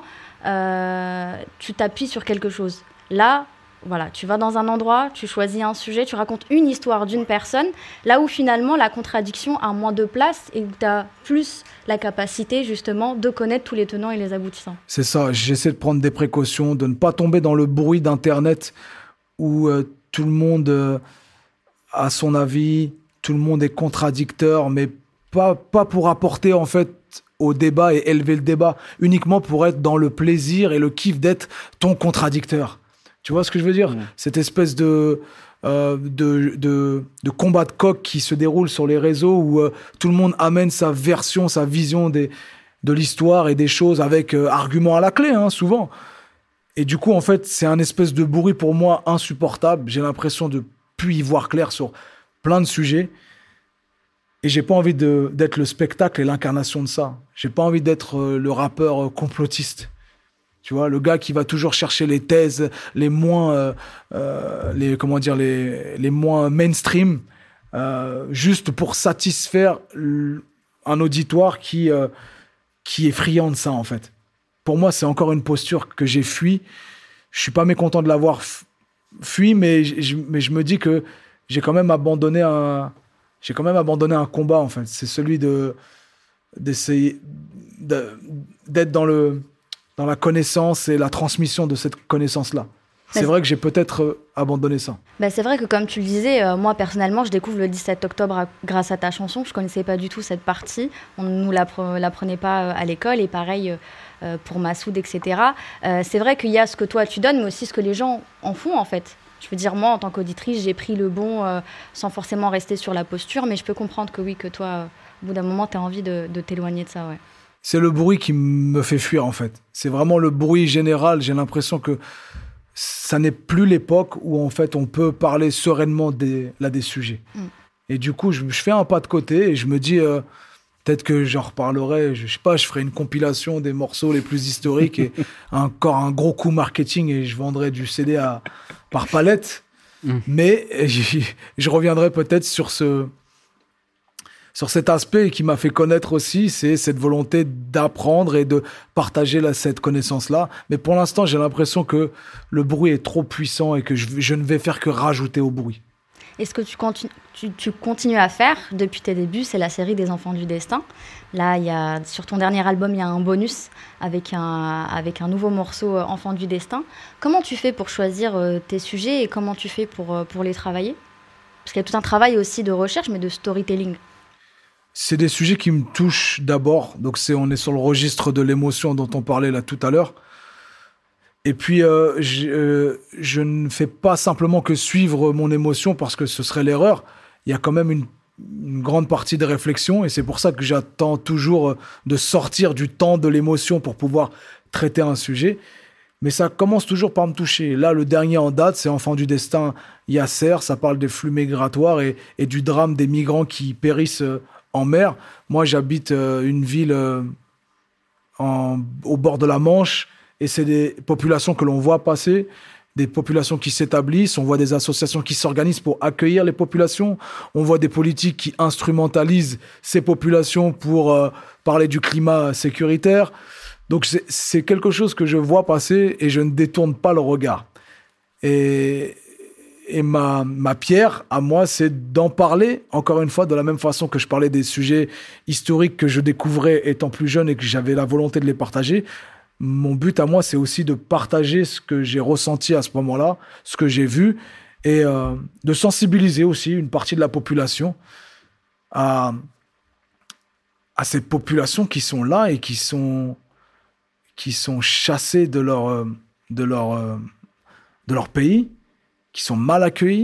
tu t'appuies sur quelque chose. Là, voilà, tu vas dans un endroit, tu choisis un sujet, tu racontes une histoire d'une personne, là où finalement la contradiction a moins de place et où tu as plus la capacité justement de connaître tous les tenants et les aboutissants. C'est ça, j'essaie de prendre des précautions, de ne pas tomber dans le bruit d'Internet où tout le monde a son avis, tout le monde est contradicteur, mais pas pour apporter en fait au débat et élever le débat, uniquement pour être dans le plaisir et le kiff d'être ton contradicteur. Tu vois ce que je veux dire ? Cette espèce de combat de coq qui se déroule sur les réseaux où tout le monde amène sa version, sa vision de l'histoire et des choses avec arguments à la clé, hein, souvent. Et du coup, en fait, c'est un espèce de bruit pour moi insupportable. J'ai l'impression de plus y voir clair sur plein de sujets. Et j'ai pas envie d'être le spectacle et l'incarnation de ça. J'ai pas envie d'être le rappeur complotiste. Tu vois, le gars qui va toujours chercher les thèses les moins, les moins mainstream, juste pour satisfaire un auditoire qui est friand de ça, en fait. Pour moi, c'est encore une posture que j'ai fui. Je suis pas mécontent de l'avoir fui, mais je me dis que j'ai quand même abandonné un combat, en fait. C'est celui d'essayer d'être dans la connaissance et la transmission de cette connaissance-là. C'est vrai que j'ai peut-être abandonné ça. C'est vrai que comme tu le disais, moi personnellement, je découvre le 17 octobre grâce à ta chanson. Je ne connaissais pas du tout cette partie. On ne nous l'apprenait pas à l'école. Et pareil pour Massoud, etc. C'est vrai qu'il y a ce que toi tu donnes, mais aussi ce que les gens en font en fait. Je veux dire, moi, en tant qu'auditrice, j'ai pris le bon sans forcément rester sur la posture. Mais je peux comprendre que oui, que toi, au bout d'un moment, tu as envie de t'éloigner de ça, ouais. C'est le bruit qui me fait fuir, en fait. C'est vraiment le bruit général. J'ai l'impression que ça n'est plus l'époque où, en fait, on peut parler sereinement des sujets. Et du coup, je fais un pas de côté et je me dis, peut-être que j'en reparlerai, je sais pas, je ferai une compilation des morceaux les plus historiques et encore un gros coup marketing et je vendrai du CD par palette. Mais je reviendrai peut-être sur cet aspect qui m'a fait connaître aussi, c'est cette volonté d'apprendre et de partager cette connaissance-là. Mais pour l'instant, j'ai l'impression que le bruit est trop puissant et que je ne vais faire que rajouter au bruit. Et ce que tu continues à faire depuis tes débuts, c'est la série des Enfants du Destin. Là, sur ton dernier album, il y a un bonus avec un nouveau morceau Enfants du Destin. Comment tu fais pour choisir tes sujets et comment tu fais pour les travailler ? Parce qu'il y a tout un travail aussi de recherche, mais de storytelling. C'est des sujets qui me touchent d'abord. Donc, on est sur le registre de l'émotion dont on parlait là tout à l'heure. Et puis, je ne fais pas simplement que suivre mon émotion parce que ce serait l'erreur. Il y a quand même une grande partie de réflexion et c'est pour ça que j'attends toujours de sortir du temps de l'émotion pour pouvoir traiter un sujet. Mais ça commence toujours par me toucher. Là, le dernier en date, c'est Enfants du Destin, Yasser. Ça parle des flux migratoires et du drame des migrants qui périssent en mer. Moi, j'habite une ville au bord de la Manche et c'est des populations que l'on voit passer, des populations qui s'établissent. On voit des associations qui s'organisent pour accueillir les populations. On voit des politiques qui instrumentalisent ces populations pour parler du climat sécuritaire. Donc, c'est quelque chose que je vois passer et je ne détourne pas le regard. Et ma pierre, à moi, c'est d'en parler, encore une fois, de la même façon que je parlais des sujets historiques que je découvrais étant plus jeune et que j'avais la volonté de les partager. Mon but, à moi, c'est aussi de partager ce que j'ai ressenti à ce moment-là, ce que j'ai vu, et de sensibiliser aussi une partie de la population à ces populations qui sont là et qui sont chassées de leur pays, qui sont mal accueillis,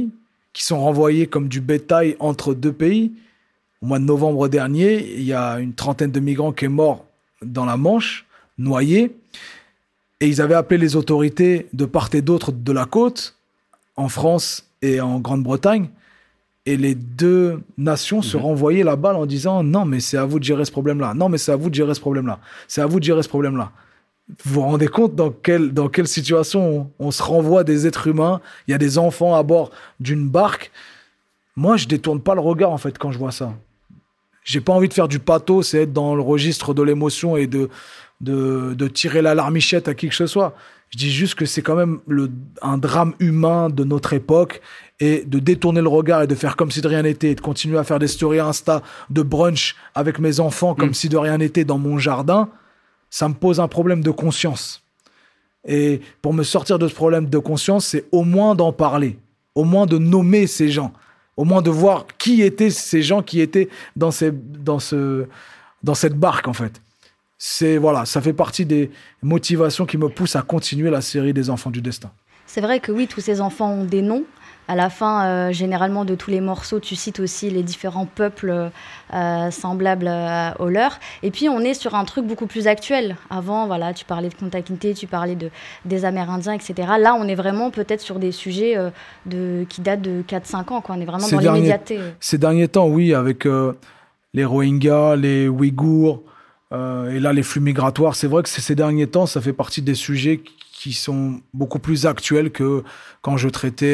qui sont renvoyés comme du bétail entre deux pays. Au mois de novembre dernier, il y a une trentaine de migrants qui est mort dans la Manche, noyés. Et ils avaient appelé les autorités de part et d'autre de la côte, en France et en Grande-Bretagne. Et les deux nations se renvoyaient la balle en disant « Non, mais c'est à vous de gérer ce problème-là. Non, mais c'est à vous de gérer ce problème-là. C'est à vous de gérer ce problème-là. » Vous vous rendez compte dans quelle situation on se renvoie des êtres humains? Il y a des enfants à bord d'une barque. Moi, je détourne pas le regard, en fait, quand je vois ça. J'ai pas envie de faire du pathos, c'est être dans le registre de l'émotion et de tirer la larmichette à qui que ce soit. Je dis juste que c'est quand même un drame humain de notre époque, et de détourner le regard et de faire comme si de rien n'était, et de continuer à faire des stories Insta de brunch avec mes enfants comme si de rien n'était dans mon jardin, ça me pose un problème de conscience. Et pour me sortir de ce problème de conscience, c'est au moins d'en parler, au moins de nommer ces gens, au moins de voir qui étaient ces gens qui étaient dans cette barque, en fait. Voilà, ça fait partie des motivations qui me poussent à continuer la série des Enfants du Destin. C'est vrai que oui, tous ces enfants ont des noms. À la fin, généralement, de tous les morceaux, tu cites aussi les différents peuples semblables aux leurs. Et puis, on est sur un truc beaucoup plus actuel. Avant, voilà, tu parlais de Kontakinté, tu parlais des Amérindiens, etc. Là, on est vraiment peut-être sur des sujets qui datent de 4-5 ans, quoi. On est vraiment dans l'immédiateté. Ces derniers temps, oui, avec les Rohingyas, les Ouïghours, et là, les flux migratoires. C'est vrai que ces derniers temps, ça fait partie des sujets qui sont beaucoup plus actuels que quand je traitais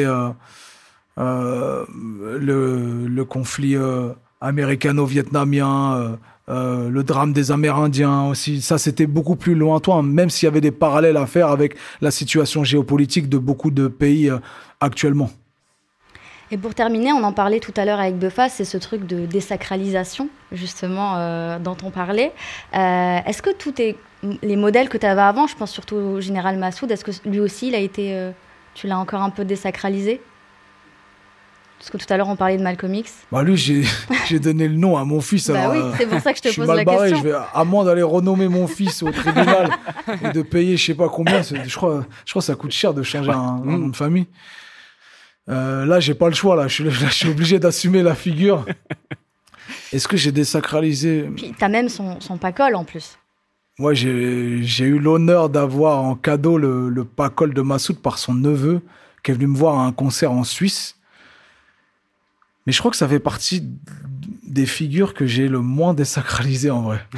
le conflit américano-vietnamien, le drame des Amérindiens aussi. Ça, c'était beaucoup plus lointain, même s'il y avait des parallèles à faire avec la situation géopolitique de beaucoup de pays actuellement. Et pour terminer, on en parlait tout à l'heure avec Beufa, c'est ce truc de désacralisation, justement, dont on parlait. Est-ce que les modèles que tu avais avant, je pense surtout au général Massoud, est-ce que lui aussi, tu l'as encore un peu désacralisé? Parce que tout à l'heure, on parlait de Malcolm X. Bah lui, j'ai donné le nom à mon fils. Bah alors, oui, c'est pour ça que je te pose la barré. question. À moins d'aller renommer mon fils au tribunal et de payer je sais pas combien, je crois que ça coûte cher de changer un nom de famille. Là, j'ai pas le choix. Là, je suis obligé d'assumer la figure. Est-ce que j'ai désacralisé? Puis t'as même son pacol en plus. Moi, j'ai eu l'honneur d'avoir en cadeau le pacol de Massoud par son neveu, qui est venu me voir à un concert en Suisse. Mais je crois que ça fait partie des figures que j'ai le moins désacralisées en vrai.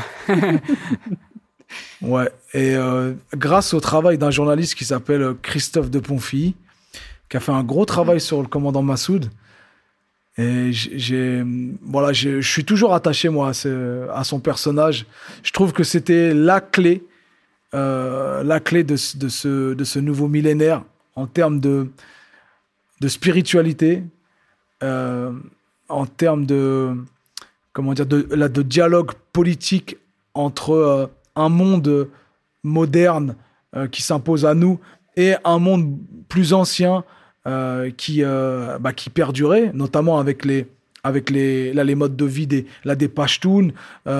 Ouais. Et grâce au travail d'un journaliste qui s'appelle Christophe de Ponfilly, qui a fait un gros travail sur le commandant Massoud. Et je suis toujours attaché, moi, à son personnage. Je trouve que c'était la clé de ce nouveau millénaire en termes de spiritualité, en termes de dialogue politique entre un monde moderne qui s'impose à nous et un monde plus ancien qui perdurait, notamment avec les modes de vie des Pashtuns,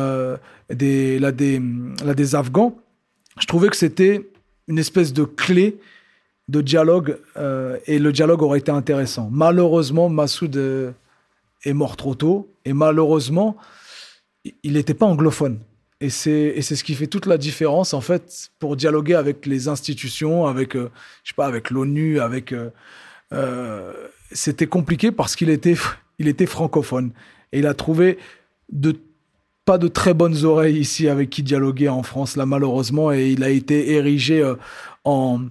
des Afghans. Je trouvais que c'était une espèce de clé de dialogue et le dialogue aurait été intéressant. Malheureusement, Massoud est mort trop tôt et malheureusement, il n'était pas anglophone. Et c'est ce qui fait toute la différence, en fait, pour dialoguer avec les institutions, avec l'ONU, c'était compliqué parce qu'il était francophone. Et il a trouvé pas de très bonnes oreilles ici avec qui dialoguer en France, là, malheureusement. Et il a été érigé en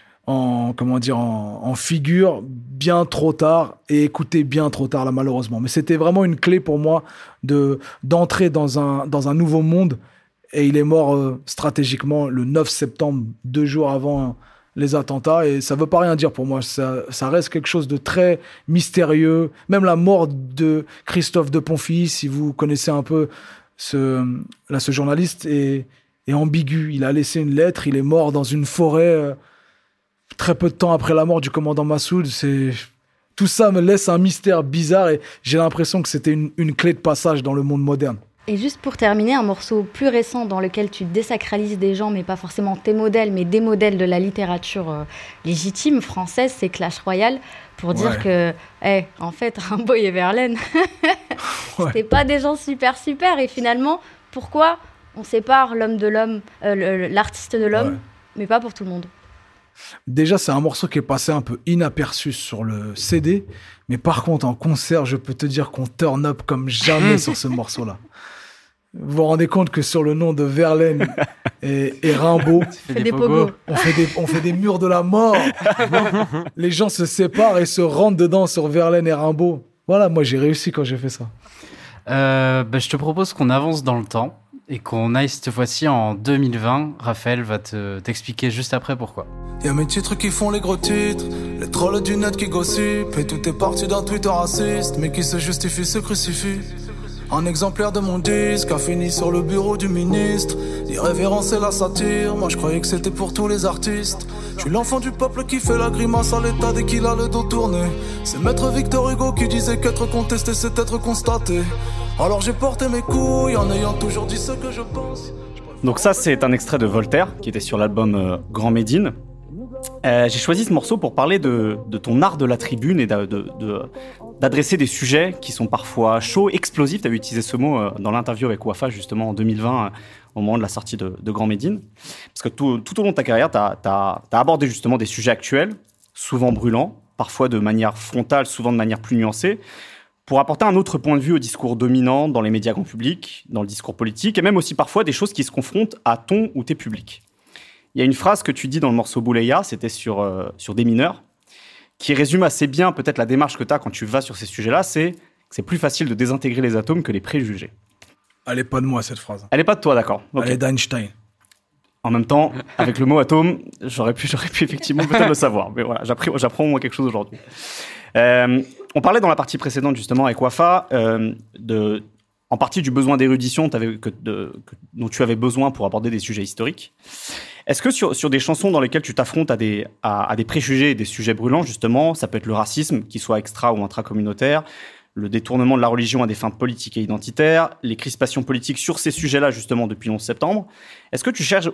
figure bien trop tard et écouté bien trop tard, là, malheureusement. Mais c'était vraiment une clé pour moi d'entrer dans un nouveau monde. Et il est mort stratégiquement le 9 septembre, 2 jours avant les attentats. Et ça veut pas rien dire pour moi. Ça reste quelque chose de très mystérieux. Même la mort de Christophe de Ponfilly, si vous connaissez un peu ce journaliste, est ambigu. Il a laissé une lettre, il est mort dans une forêt très peu de temps après la mort du commandant Massoud. Tout ça me laisse un mystère bizarre et j'ai l'impression que c'était une clé de passage dans le monde moderne. Et juste pour terminer, un morceau plus récent dans lequel tu désacralises des gens, mais pas forcément tes modèles, mais des modèles de la littérature légitime française, c'est Clash Royale, pour dire que, en fait, Rimbaud et Verlaine, c'était pas des gens super, et finalement, pourquoi on sépare l'homme de l'homme, l'artiste de l'homme, mais pas pour tout le monde. Déjà, c'est un morceau qui est passé un peu inaperçu sur le CD, mais par contre, en concert, je peux te dire qu'on turn up comme jamais sur ce morceau-là. Vous vous rendez compte que sur le nom de Verlaine et Rimbaud, on fait des murs de la mort. Les gens se séparent et se rentrent dedans sur Verlaine et Rimbaud. Voilà, moi j'ai réussi quand j'ai fait ça. Je te propose qu'on avance dans le temps et qu'on aille cette fois-ci en 2020. Raphaël va t'expliquer juste après pourquoi. Y'a mes titres qui font les gros titres, les trolls du net qui gossipent, et tout est parti d'un Twitter raciste, mais qui se justifie se crucifie. Un exemplaire de mon disque a fini sur le bureau du ministre. L'irrévérence et la satire, moi je croyais que c'était pour tous les artistes. Je suis l'enfant du peuple qui fait la grimace à l'état dès qu'il a le dos tourné. C'est maître Victor Hugo qui disait qu'être contesté c'est être constaté. Alors j'ai porté mes couilles en ayant toujours dit ce que je pense. Donc ça c'est un extrait de Voltaire qui était sur l'album Grand Médine. J'ai choisi ce morceau pour parler de ton art de la tribune et d'adresser des sujets qui sont parfois chauds, explosifs. Tu avais utilisé ce mot dans l'interview avec Wafa justement en 2020 au moment de la sortie de Grand Médine. Parce que tout au long de ta carrière, tu as abordé justement des sujets actuels, souvent brûlants, parfois de manière frontale, souvent de manière plus nuancée, pour apporter un autre point de vue au discours dominant dans les médias grand public, dans le discours politique, et même aussi parfois des choses qui se confrontent à ton ou tes publics. Il y a une phrase que tu dis dans le morceau Bouleya, c'était sur des mineurs, qui résume assez bien peut-être la démarche que tu as quand tu vas sur ces sujets-là, c'est que c'est plus facile de désintégrer les atomes que les préjugés. Elle n'est pas de moi, cette phrase. Elle n'est pas de toi, d'accord. Okay. Elle est d'Einstein. En même temps, avec le mot atome, j'aurais pu effectivement peut-être le savoir. Mais voilà, j'apprends au moins quelque chose aujourd'hui. On parlait dans la partie précédente, justement, avec Wafa, en partie du besoin d'érudition dont tu avais besoin pour aborder des sujets historiques. Est-ce que sur des chansons dans lesquelles tu t'affrontes à des préjugés et des sujets brûlants, justement, ça peut être le racisme, qu'il soit extra ou intracommunautaire, le détournement de la religion à des fins politiques et identitaires, les crispations politiques sur ces sujets-là, justement, depuis le 11 septembre, est-ce que tu cherches,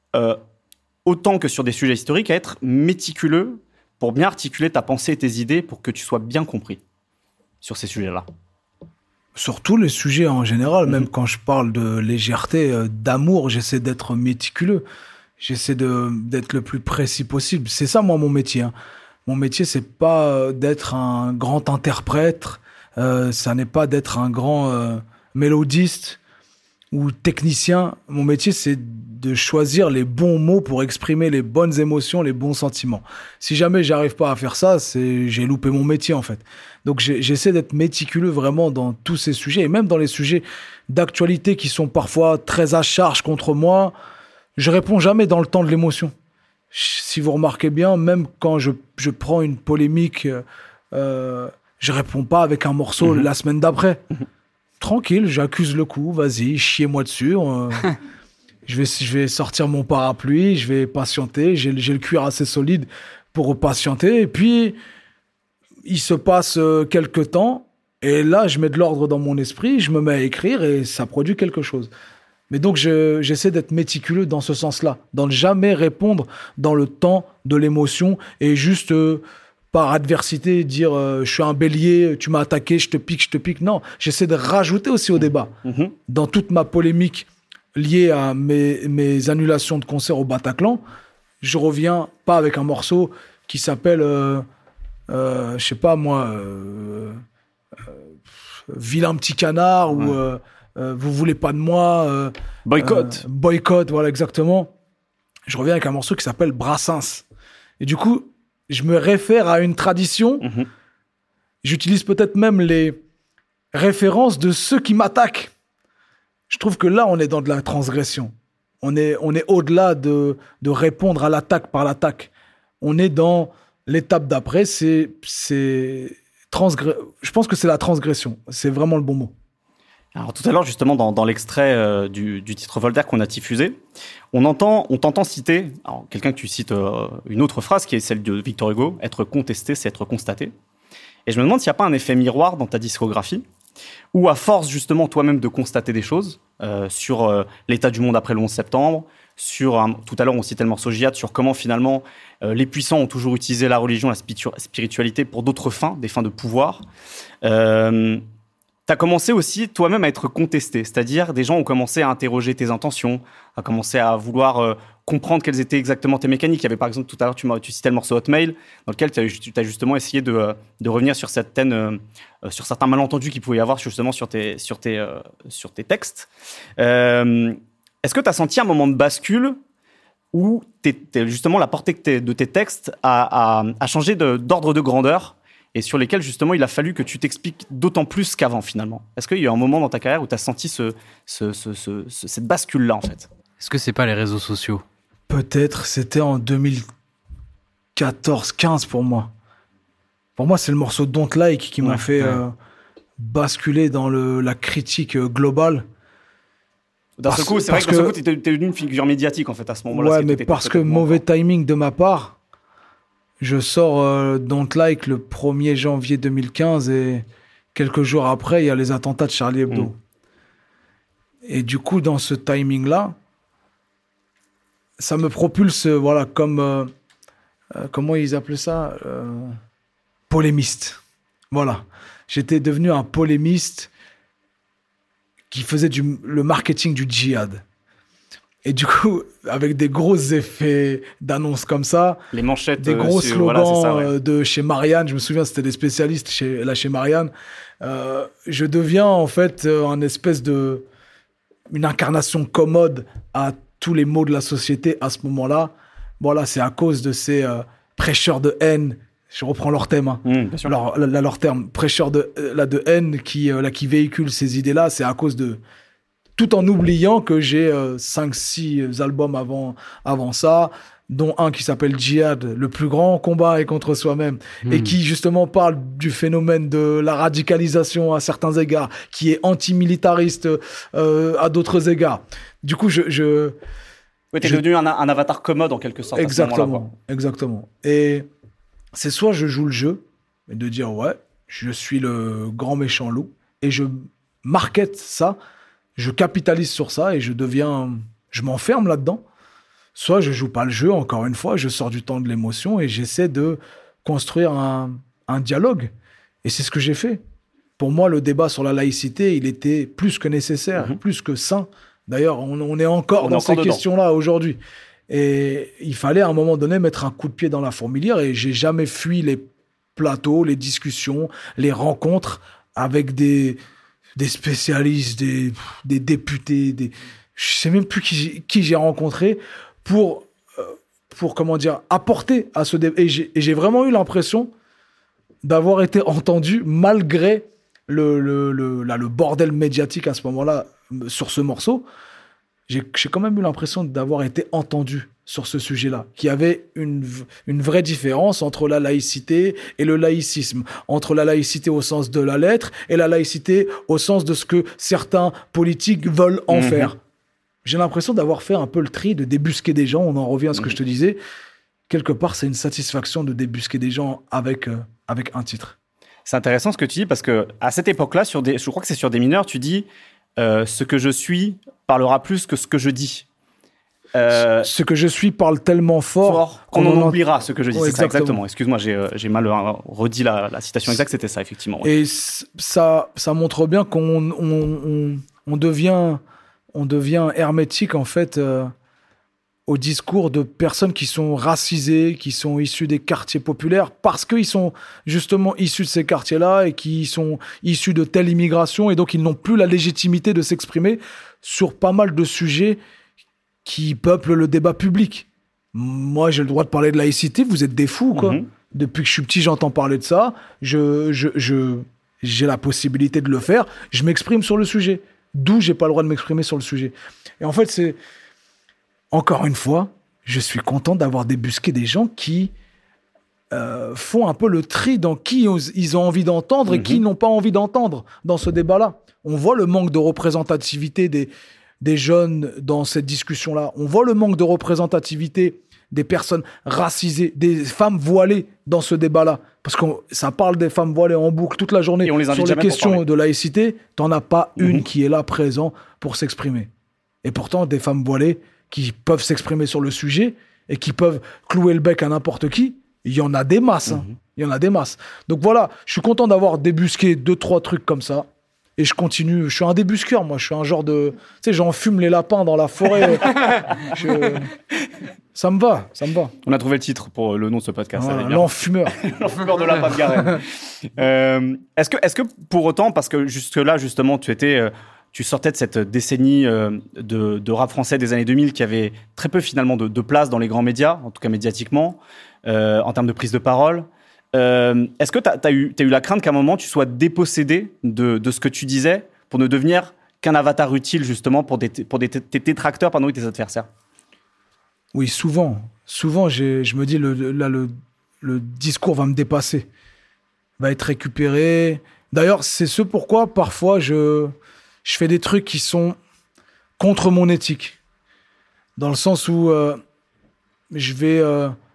autant que sur des sujets historiques, à être méticuleux pour bien articuler ta pensée et tes idées pour que tu sois bien compris sur ces sujets-là? Sur tous les sujets en général, même quand je parle de légèreté, d'amour, j'essaie d'être méticuleux. J'essaie d'être le plus précis possible. C'est ça, moi, mon métier. Hein. Mon métier, c'est pas d'être un grand interprète, ça n'est pas d'être un grand mélodiste ou technicien. Mon métier, c'est de choisir les bons mots pour exprimer les bonnes émotions, les bons sentiments. Si jamais j'arrive pas à faire ça, j'ai loupé mon métier, en fait. Donc, j'essaie d'être méticuleux vraiment dans tous ces sujets, et même dans les sujets d'actualité qui sont parfois très à charge contre moi. Je réponds jamais dans le temps de l'émotion. Si vous remarquez bien, même quand je prends une polémique, je réponds pas avec un morceau la semaine d'après. Tranquille, j'accuse le coup, vas-y, chiez-moi dessus. Je vais sortir mon parapluie, je vais patienter, j'ai le cuir assez solide pour patienter. Et puis, il se passe quelques temps, et là, je mets de l'ordre dans mon esprit, je me mets à écrire, et ça produit quelque chose. Mais donc, j'essaie d'être méticuleux dans ce sens-là, dans ne jamais répondre dans le temps de l'émotion et juste par adversité dire je suis un bélier, tu m'as attaqué, je te pique. Non, j'essaie de rajouter aussi au débat. Dans toute ma polémique liée à mes annulations de concerts au Bataclan, je reviens pas avec un morceau qui s'appelle, je sais pas moi, Vilain petit canard ou... vous voulez pas de moi, boycott, voilà, exactement. Je reviens avec un morceau qui s'appelle Brassens. Et du coup, je me réfère à une tradition. J'utilise peut-être même les références de ceux qui m'attaquent. Je trouve que là, on est dans de la transgression. On est au-delà de répondre à l'attaque par l'attaque. On est dans l'étape d'après. Je pense que c'est la transgression. C'est vraiment le bon mot. Alors tout à l'heure, justement, dans l'extrait du titre Voltaire qu'on a diffusé, on t'entend citer quelqu'un que tu cites une autre phrase qui est celle de Victor Hugo, « Être contesté, c'est être constaté ». Et je me demande s'il n'y a pas un effet miroir dans ta discographie, où à force justement toi-même de constater des choses sur l'état du monde après le 11 septembre, tout à l'heure on citait le morceau Jihad, sur comment finalement les puissants ont toujours utilisé la religion, la spiritualité pour d'autres fins, des fins de pouvoir. Tu as commencé aussi toi-même à être contesté, c'est-à-dire des gens ont commencé à interroger tes intentions, à commencer à vouloir comprendre quelles étaient exactement tes mécaniques. Il y avait par exemple tout à l'heure, tu citais le morceau Hotmail, dans lequel tu as justement essayé de revenir sur certains malentendus qu'il pouvait y avoir justement sur tes textes. Est-ce que tu as senti un moment de bascule où justement la portée de tes textes a changé d'ordre de grandeur et sur lesquels, justement, il a fallu que tu t'expliques d'autant plus qu'avant, finalement? Est-ce qu'il y a eu un moment dans ta carrière où tu as senti cette bascule-là, en fait? Est-ce que c'est pas les réseaux sociaux? Peut-être, c'était en 2014-15 pour moi. Pour moi, c'est le morceau Don't Like qui m'a fait basculer dans la critique globale. D'un seul coup, c'est vrai que d'un seul coup, tu étais devenu une figure médiatique, en fait, à ce moment-là. Ouais, mais parce que mauvais timing de ma part, je sors Don't Like le 1er janvier 2015 et quelques jours après, il y a les attentats de Charlie Hebdo. Et du coup, dans ce timing-là, ça me propulse, voilà, comme... comment ils appelaient ça polémiste. Voilà. J'étais devenu un polémiste qui faisait le marketing du djihad. Et du coup, avec des gros effets d'annonces comme ça, les manchettes, des gros slogans de chez Marianne, je me souviens, c'était des spécialistes chez Marianne, je deviens en fait une incarnation commode à tous les maux de la société à ce moment-là. Voilà, c'est à cause de ces prêcheurs de haine, je reprends leur thème, bien sûr. leur terme, prêcheurs de haine qui véhiculent ces idées-là, c'est à cause de... Tout en oubliant que j'ai 5-6 albums avant ça, dont un qui s'appelle Djihad, le plus grand combat est contre soi-même, et qui justement parle du phénomène de la radicalisation à certains égards, qui est antimilitariste à d'autres égards. Du coup, Oui, t'es devenu un avatar commode en quelque sorte. Exactement. Et c'est soit je joue le jeu, et de dire ouais, je suis le grand méchant loup, et je market ça, je capitalise sur ça et je m'enferme là-dedans. Soit je joue pas le jeu, encore une fois, je sors du temps de l'émotion et j'essaie de construire un dialogue. Et c'est ce que j'ai fait. Pour moi, le débat sur la laïcité, il était plus que nécessaire, plus que sain. D'ailleurs, on est encore dans ces questions-là aujourd'hui. Et il fallait à un moment donné mettre un coup de pied dans la fourmilière et j'ai jamais fui les plateaux, les discussions, les rencontres avec des spécialistes, des députés, je sais même plus qui j'ai rencontré pour comment dire, apporter à ce débat. Et j'ai vraiment eu l'impression d'avoir été entendu malgré le bordel médiatique à ce moment-là sur ce morceau. J'ai quand même eu l'impression d'avoir été entendu sur ce sujet-là, qu'il y avait une vraie différence entre la laïcité et le laïcisme, entre la laïcité au sens de la lettre et la laïcité au sens de ce que certains politiques veulent en faire. J'ai l'impression d'avoir fait un peu le tri, de débusquer des gens, on en revient à ce que je te disais. Quelque part, c'est une satisfaction de débusquer des gens avec un titre. C'est intéressant ce que tu dis, parce qu'à cette époque-là, je crois que c'est sur Des mineurs, tu dis ce que je suis parlera plus que ce que je dis. Ce que je suis parle tellement fort qu'on en oubliera ce que je dis. Ouais, c'est ça, exactement. Excuse-moi, j'ai mal redit la citation exacte, c'était ça, effectivement. Ouais. Et ça montre bien qu'on devient hermétique, en fait, au discours de personnes qui sont racisées, qui sont issues des quartiers populaires, parce qu'ils sont justement issus de ces quartiers-là et qui sont issus de telle immigration, et donc ils n'ont plus la légitimité de s'exprimer sur pas mal de sujets qui peuplent le débat public. Moi, j'ai le droit de parler de laïcité, vous êtes des fous, quoi. Depuis que je suis petit, j'entends parler de ça, j'ai la possibilité de le faire, je m'exprime sur le sujet. D'où j'ai pas le droit de m'exprimer sur le sujet. Et en fait, c'est... Encore une fois, je suis content d'avoir débusqué des gens qui font un peu le tri dans qui ils ont envie d'entendre et qui n'ont pas envie d'entendre dans ce débat-là. On voit le manque de représentativité des jeunes dans cette discussion-là. On voit le manque de représentativité des personnes racisées, des femmes voilées dans ce débat-là. Parce que ça parle des femmes voilées en boucle toute la journée. Et on les invite sur les jamais pour questions parler. de laïcité, t'en as pas une qui est là présent pour s'exprimer. Et pourtant, des femmes voilées qui peuvent s'exprimer sur le sujet et qui peuvent clouer le bec à n'importe qui, il y en a des masses. Hein. Il y en a des masses. Donc voilà, je suis content d'avoir débusqué 2-3 trucs comme ça. Et je continue. Je suis un débusqueur, moi. Je suis un genre de... Tu sais, j'enfume les lapins dans la forêt. Ça me va. On a trouvé le titre pour le nom de ce podcast. Voilà, l'enfumeur. L'enfumeur de lapin de Garenne. Est-ce que pour autant, parce que jusque-là, justement, tu sortais de cette décennie de rap français des années 2000 qui avait très peu finalement de place dans les grands médias, en tout cas médiatiquement, en termes de prise de parole. Est-ce que tu as eu la crainte qu'à un moment tu sois dépossédé de ce que tu disais pour ne devenir qu'un avatar utile justement pour tes détracteurs et tes adversaires? Oui, souvent. Souvent, je me dis, le discours va me dépasser, va être récupéré. D'ailleurs, c'est ce pourquoi parfois je fais des trucs qui sont contre mon éthique. Dans le sens où je vais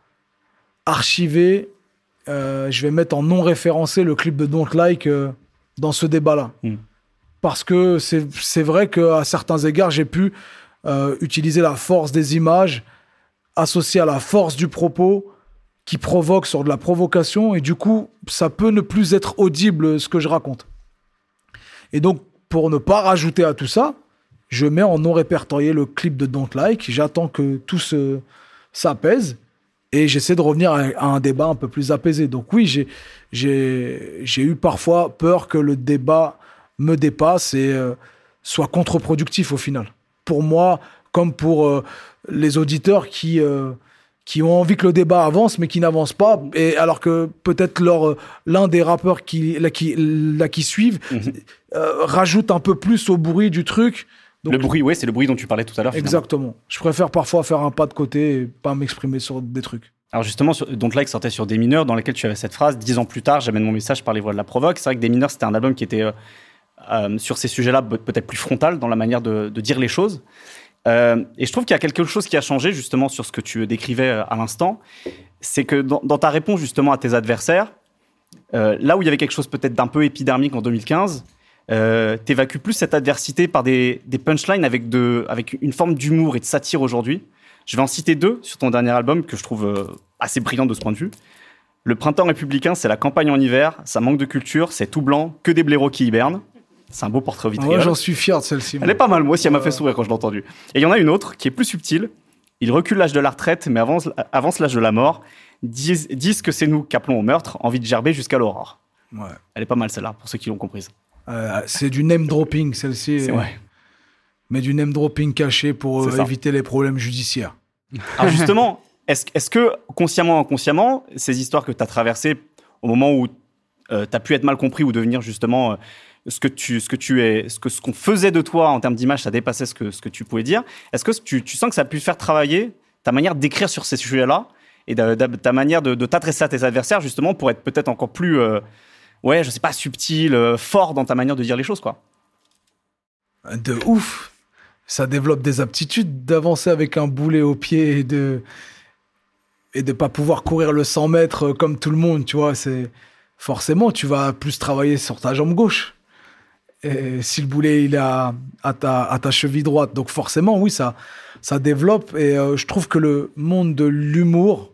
archiver, je vais mettre en non référencé le clip de Don't Like dans ce débat-là. Parce que c'est vrai qu'à certains égards, j'ai pu utiliser la force des images associée à la force du propos qui provoque sur de la provocation. Et du coup, ça peut ne plus être audible ce que je raconte. Et donc, pour ne pas rajouter à tout ça, je mets en non répertorié le clip de Don't Like. J'attends que tout s'apaise. Et j'essaie de revenir à un débat un peu plus apaisé. Donc oui, j'ai eu parfois peur que le débat me dépasse et soit contre-productif au final. Pour moi, comme pour les auditeurs qui ont envie que le débat avance, mais qui n'avance pas. Et alors que peut-être l'un des rappeurs qui suivent rajoute un peu plus au bruit du truc. Donc, le bruit, oui, c'est le bruit dont tu parlais tout à l'heure. Exactement. Finalement. Je préfère parfois faire un pas de côté et pas m'exprimer sur des trucs. Alors justement, Don't Like sortait sur Des Mineurs, dans lequel tu avais cette phrase « 10 ans plus tard, j'amène mon message par les voix de la provoque ». C'est vrai que Des Mineurs, c'était un album qui était sur ces sujets-là peut-être plus frontal dans la manière de dire les choses. Et je trouve qu'il y a quelque chose qui a changé justement sur ce que tu décrivais à l'instant. C'est que dans ta réponse justement à tes adversaires, là où il y avait quelque chose peut-être d'un peu épidermique en 2015, t'évacues plus cette adversité par des punchlines avec une forme d'humour et de satire aujourd'hui. Je vais en citer 2 sur ton dernier album que je trouve assez brillant de ce point de vue. Le printemps républicain, c'est la campagne en hiver, ça manque de culture, c'est tout blanc, que des blaireaux qui hibernent. C'est un beau portrait au vitriol. Moi, j'en suis fier de celle-ci. Elle est pas mal, moi aussi, elle m'a fait sourire quand je l'ai entendue. Et il y en a une autre qui est plus subtile. Il recule l'âge de la retraite, mais avance l'âge de la mort. Disent que c'est nous qu'appelons au meurtre, envie de gerber jusqu'à l'aurore. Ouais. Elle est pas mal celle-là, pour ceux qui l'ont comprise. C'est du name dropping, celle-ci. C'est vrai. Mais du name dropping caché pour éviter les problèmes judiciaires. Alors justement, est-ce que consciemment ou inconsciemment, ces histoires que tu as traversées au moment où tu as pu être mal compris ou devenir justement ce qu'on faisait de toi en termes d'image, ça dépassait ce que tu pouvais dire, est-ce que tu sens que ça a pu faire travailler ta manière d'écrire sur ces sujets-là et ta manière de t'adresser à tes adversaires justement pour être peut-être encore plus je sais pas, subtil, fort dans ta manière de dire les choses, quoi? De ouf. Ça développe des aptitudes d'avancer avec un boulet au pied et de pas pouvoir courir le 100 mètres comme tout le monde, tu vois. Forcément, tu vas plus travailler sur ta jambe gauche. Et si le boulet, il est à ta cheville droite. Donc forcément, oui, ça développe. Et je trouve que le monde de l'humour,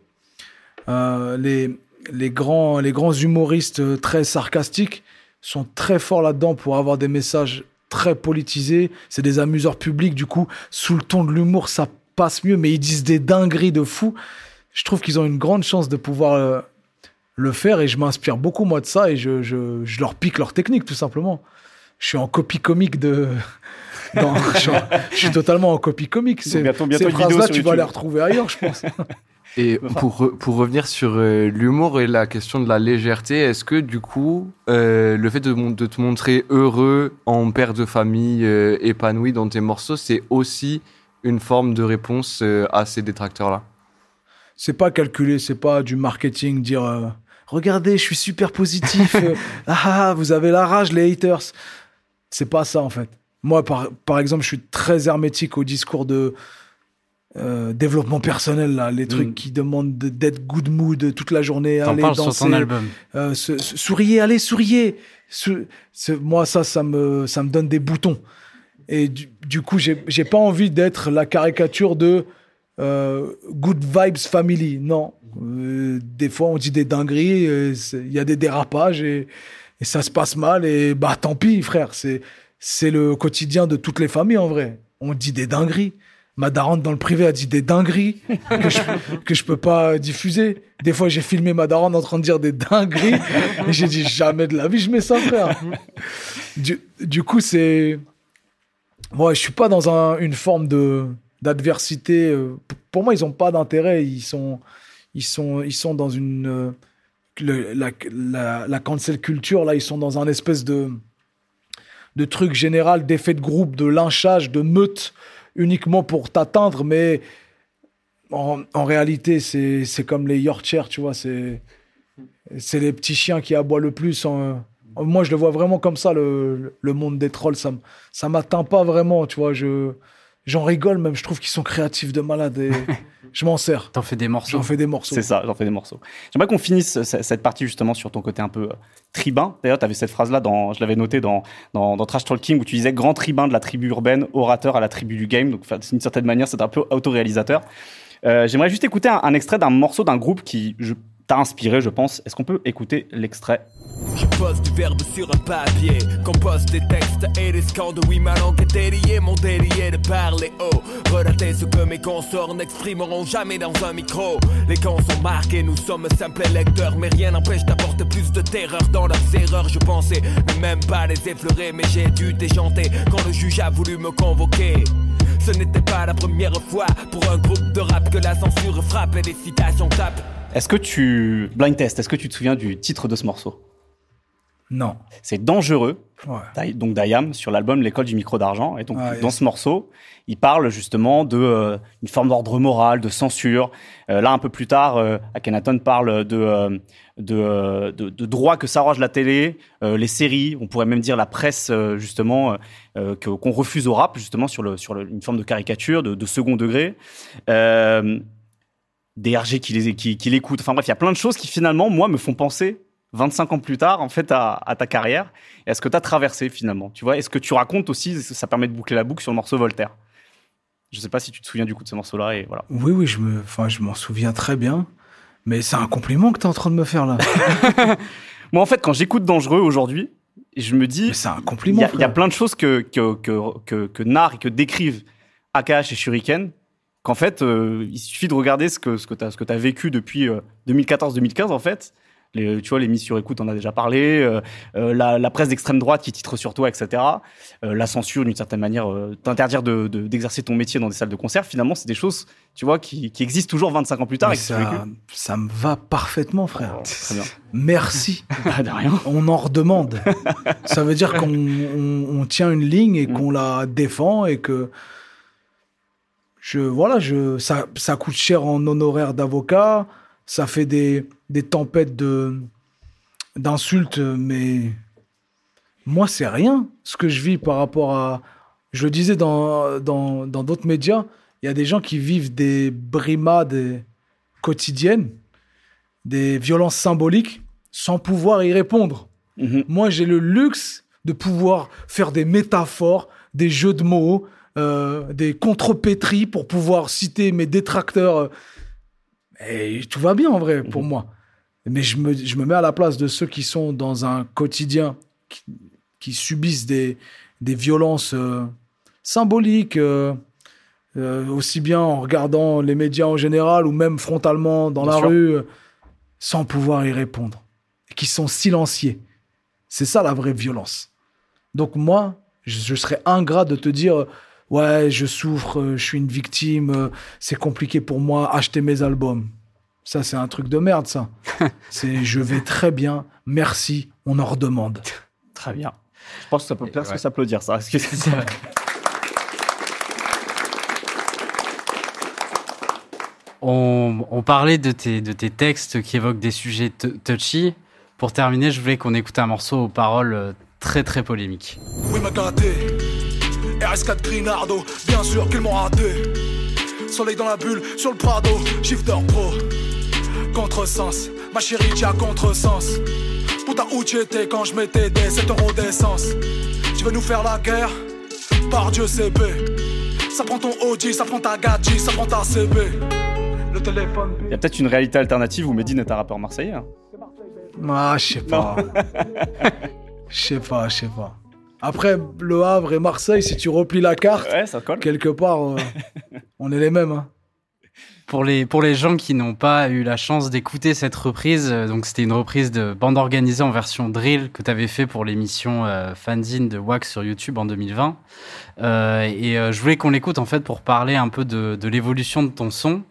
les grands humoristes très sarcastiques sont très forts là-dedans pour avoir des messages très politisés. C'est des amuseurs publics, du coup, sous le ton de l'humour, ça passe mieux, mais ils disent des dingueries de fou. Je trouve qu'ils ont une grande chance de pouvoir le faire et je m'inspire beaucoup, moi, de ça et je leur pique leur technique, tout simplement. Je suis en copie comique je suis totalement en copie comique. Ces phrases-là, tu vas les retrouver ailleurs, je pense. Et pour revenir sur l'humour et la question de la légèreté, est-ce que du coup, le fait de te montrer heureux en père de famille épanoui dans tes morceaux, c'est aussi une forme de réponse à ces détracteurs-là? C'est pas calculé, c'est pas du marketing, dire regardez, je suis super positif, vous avez la rage, les haters. C'est pas ça en fait. Moi, par exemple, je suis très hermétique au discours de développement personnel, là, les trucs qui demandent d'être good mood toute la journée, T'en aller parles danser, sur ton album. Souriez, allez, souriez. Moi, ça me donne des boutons. Et du coup, j'ai pas envie d'être la caricature de good vibes family. Non. Des fois, on dit des dingueries, il y a des dérapages et ça se passe mal. Et bah, tant pis, frère. C'est le quotidien de toutes les familles, en vrai. On dit des dingueries. Ma daronne dans le privé a dit des dingueries que je peux pas diffuser. Des fois, j'ai filmé ma daronne en train de dire des dingueries et j'ai dit jamais de la vie je mets ça, frère. Du coup, c'est... Moi, je suis pas dans une forme d'adversité. Pour moi, ils ont pas d'intérêt. Ils sont dans une... la cancel culture, là, ils sont dans un espèce de truc général, d'effet de groupe, de lynchage, de meute, uniquement pour t'atteindre, mais en réalité, c'est comme les Yorkshire, tu vois, c'est les petits chiens qui aboient le plus. Moi, je le vois vraiment comme ça, le monde des trolls, ça m'atteint pas vraiment, tu vois, j'en rigole même, je trouve qu'ils sont créatifs de malade et je m'en sers. T'en fais des morceaux. J'en fais des morceaux. C'est ça, j'en fais des morceaux. J'aimerais qu'on finisse cette partie justement sur ton côté un peu tribun. D'ailleurs, tu avais cette phrase-là, je l'avais notée dans Trash Talking, où tu disais grand tribun de la tribu urbaine, orateur à la tribu du game. Donc, d'une certaine manière, c'est un peu autoréalisateur. J'aimerais juste écouter un extrait d'un morceau d'un groupe qui t'a inspiré, je pense. Est-ce qu'on peut écouter l'extrait ? Je pose du verbe sur un papier, compose des textes et des scandes. Oui, ma langue est déliée, mon délit est de parler haut. Relater ce que mes consorts n'exprimeront jamais dans un micro. Les camps sont marqués, nous sommes simples lecteurs, mais rien n'empêche d'apporter plus de terreur dans leurs erreurs. Je pensais ne même pas les effleurer, mais j'ai dû déchanter quand le juge a voulu me convoquer. Ce n'était pas la première fois pour un groupe de rap que la censure frappe et les citations tapent. Blind test, est-ce que tu te souviens du titre de ce morceau ? Non. C'est Dangereux, ouais. Donc d'Ayam, sur l'album L'école du micro d'argent. Et donc, dans ce morceau, il parle justement d'une forme d'ordre moral, de censure. Là, un peu plus tard, Akhenaton parle de droits que s'arroge la télé, les séries, on pourrait même dire la presse, justement, qu'on refuse au rap, justement, sur une forme de caricature, de second degré. Des RG qui l'écoutent. Enfin bref, il y a plein de choses qui, finalement, moi, me font penser 25 ans plus tard, en fait, à ta carrière, et à ce que tu as traversé, finalement. Tu vois, est-ce que tu racontes aussi, ça permet de boucler la boucle sur le morceau Voltaire. Je sais pas si tu te souviens du coup de ce morceau-là, et voilà. Oui, je m'en souviens très bien, mais c'est un compliment que tu es en train de me faire, là. Moi, en fait, quand j'écoute Dangereux aujourd'hui, je me dis... Mais c'est un compliment, il y a plein de choses que narrent et que décrivent AKH et Shuriken, qu'en fait, il suffit de regarder ce que tu as vécu depuis 2014-2015, en fait. Tu vois, les mises sur écoute, on en a déjà parlé, la presse d'extrême droite qui titre sur toi, etc. La censure, d'une certaine manière, t'interdire d'exercer ton métier dans des salles de concert. Finalement, c'est des choses, tu vois, qui existent toujours 25 ans plus tard. Et ça me va parfaitement, frère. Très bien. Merci. De rien. On en redemande. Ça veut dire qu'on tient une ligne et qu'on la défend et que... ça coûte cher en honoraires d'avocat, ça fait des tempêtes d'insultes, mais moi, c'est rien ce que je vis par rapport à... Je le disais dans d'autres médias, il y a des gens qui vivent des brimades quotidiennes, des violences symboliques, sans pouvoir y répondre. Mm-hmm. Moi, j'ai le luxe de pouvoir faire des métaphores, des jeux de mots, des contrepétries pour pouvoir citer mes détracteurs. Et tout va bien, en vrai, pour moi. Mais je me mets à la place de ceux qui sont dans un quotidien, qui subissent des violences symboliques, aussi bien en regardant les médias en général ou même frontalement dans la rue, sans pouvoir y répondre. Et qui sont silenciés. C'est ça la vraie violence. Donc moi, je serais ingrat de te dire... Ouais, je souffre, je suis une victime, c'est compliqué pour moi, acheter mes albums. Ça, c'est un truc de merde, ça. Je vais très bien, merci, on en redemande. Très bien. Je pense que ça peut presque s'applaudir, ça. On parlait de tes textes qui évoquent des sujets touchy. Pour terminer, je voulais qu'on écoute un morceau aux paroles très, très polémiques. Oui, m'a gâté. RS4 Grinardo, bien sûr qu'ils m'ont raté. Soleil dans la bulle, sur le Prado, shifter pro. Contresens, ma chérie, tu as contresens. Putain, où tu étais quand je mettais des 7 € d'essence? Tu veux nous faire la guerre? Par Dieu, CB. Ça prend ton Audi, ça prend ta Gadji, ça prend ta CB. Le téléphone. Il y a peut-être une réalité alternative où Medine est un rappeur marseillais. Hein. Ah, je sais pas. Je sais pas. Après, Le Havre et Marseille, si tu replies la carte, ouais, ça colle. Quelque part, on est les mêmes. Hein. Pour les gens qui n'ont pas eu la chance d'écouter cette reprise, donc c'était une reprise de Bande Organisée en version drill que tu avais fait pour l'émission Fanzine de Wax sur YouTube en 2020. Je voulais qu'on l'écoute en fait pour parler un peu de l'évolution de ton son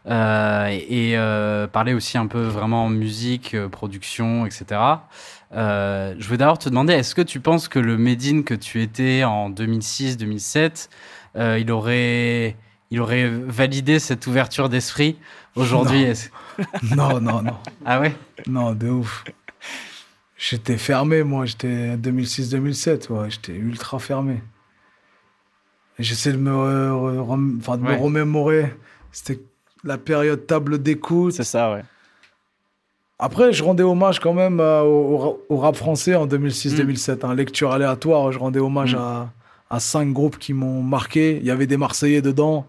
parler aussi un peu vraiment musique, production, etc. Je voulais d'abord te demander, est-ce que tu penses que le Medine que tu étais en 2006-2007, il aurait validé cette ouverture d'esprit aujourd'hui? Non. Ah ouais? Non, de ouf. J'étais fermé, moi. J'étais 2006-2007, ouais. J'étais ultra fermé. Et j'essaie de me remémorer. C'était la période table d'écoute. C'est ça, ouais. Après, je rendais hommage quand même au rap français en 2006-2007. Hein. Lecture aléatoire, je rendais hommage à 5 groupes qui m'ont marqué. Il y avait des Marseillais dedans.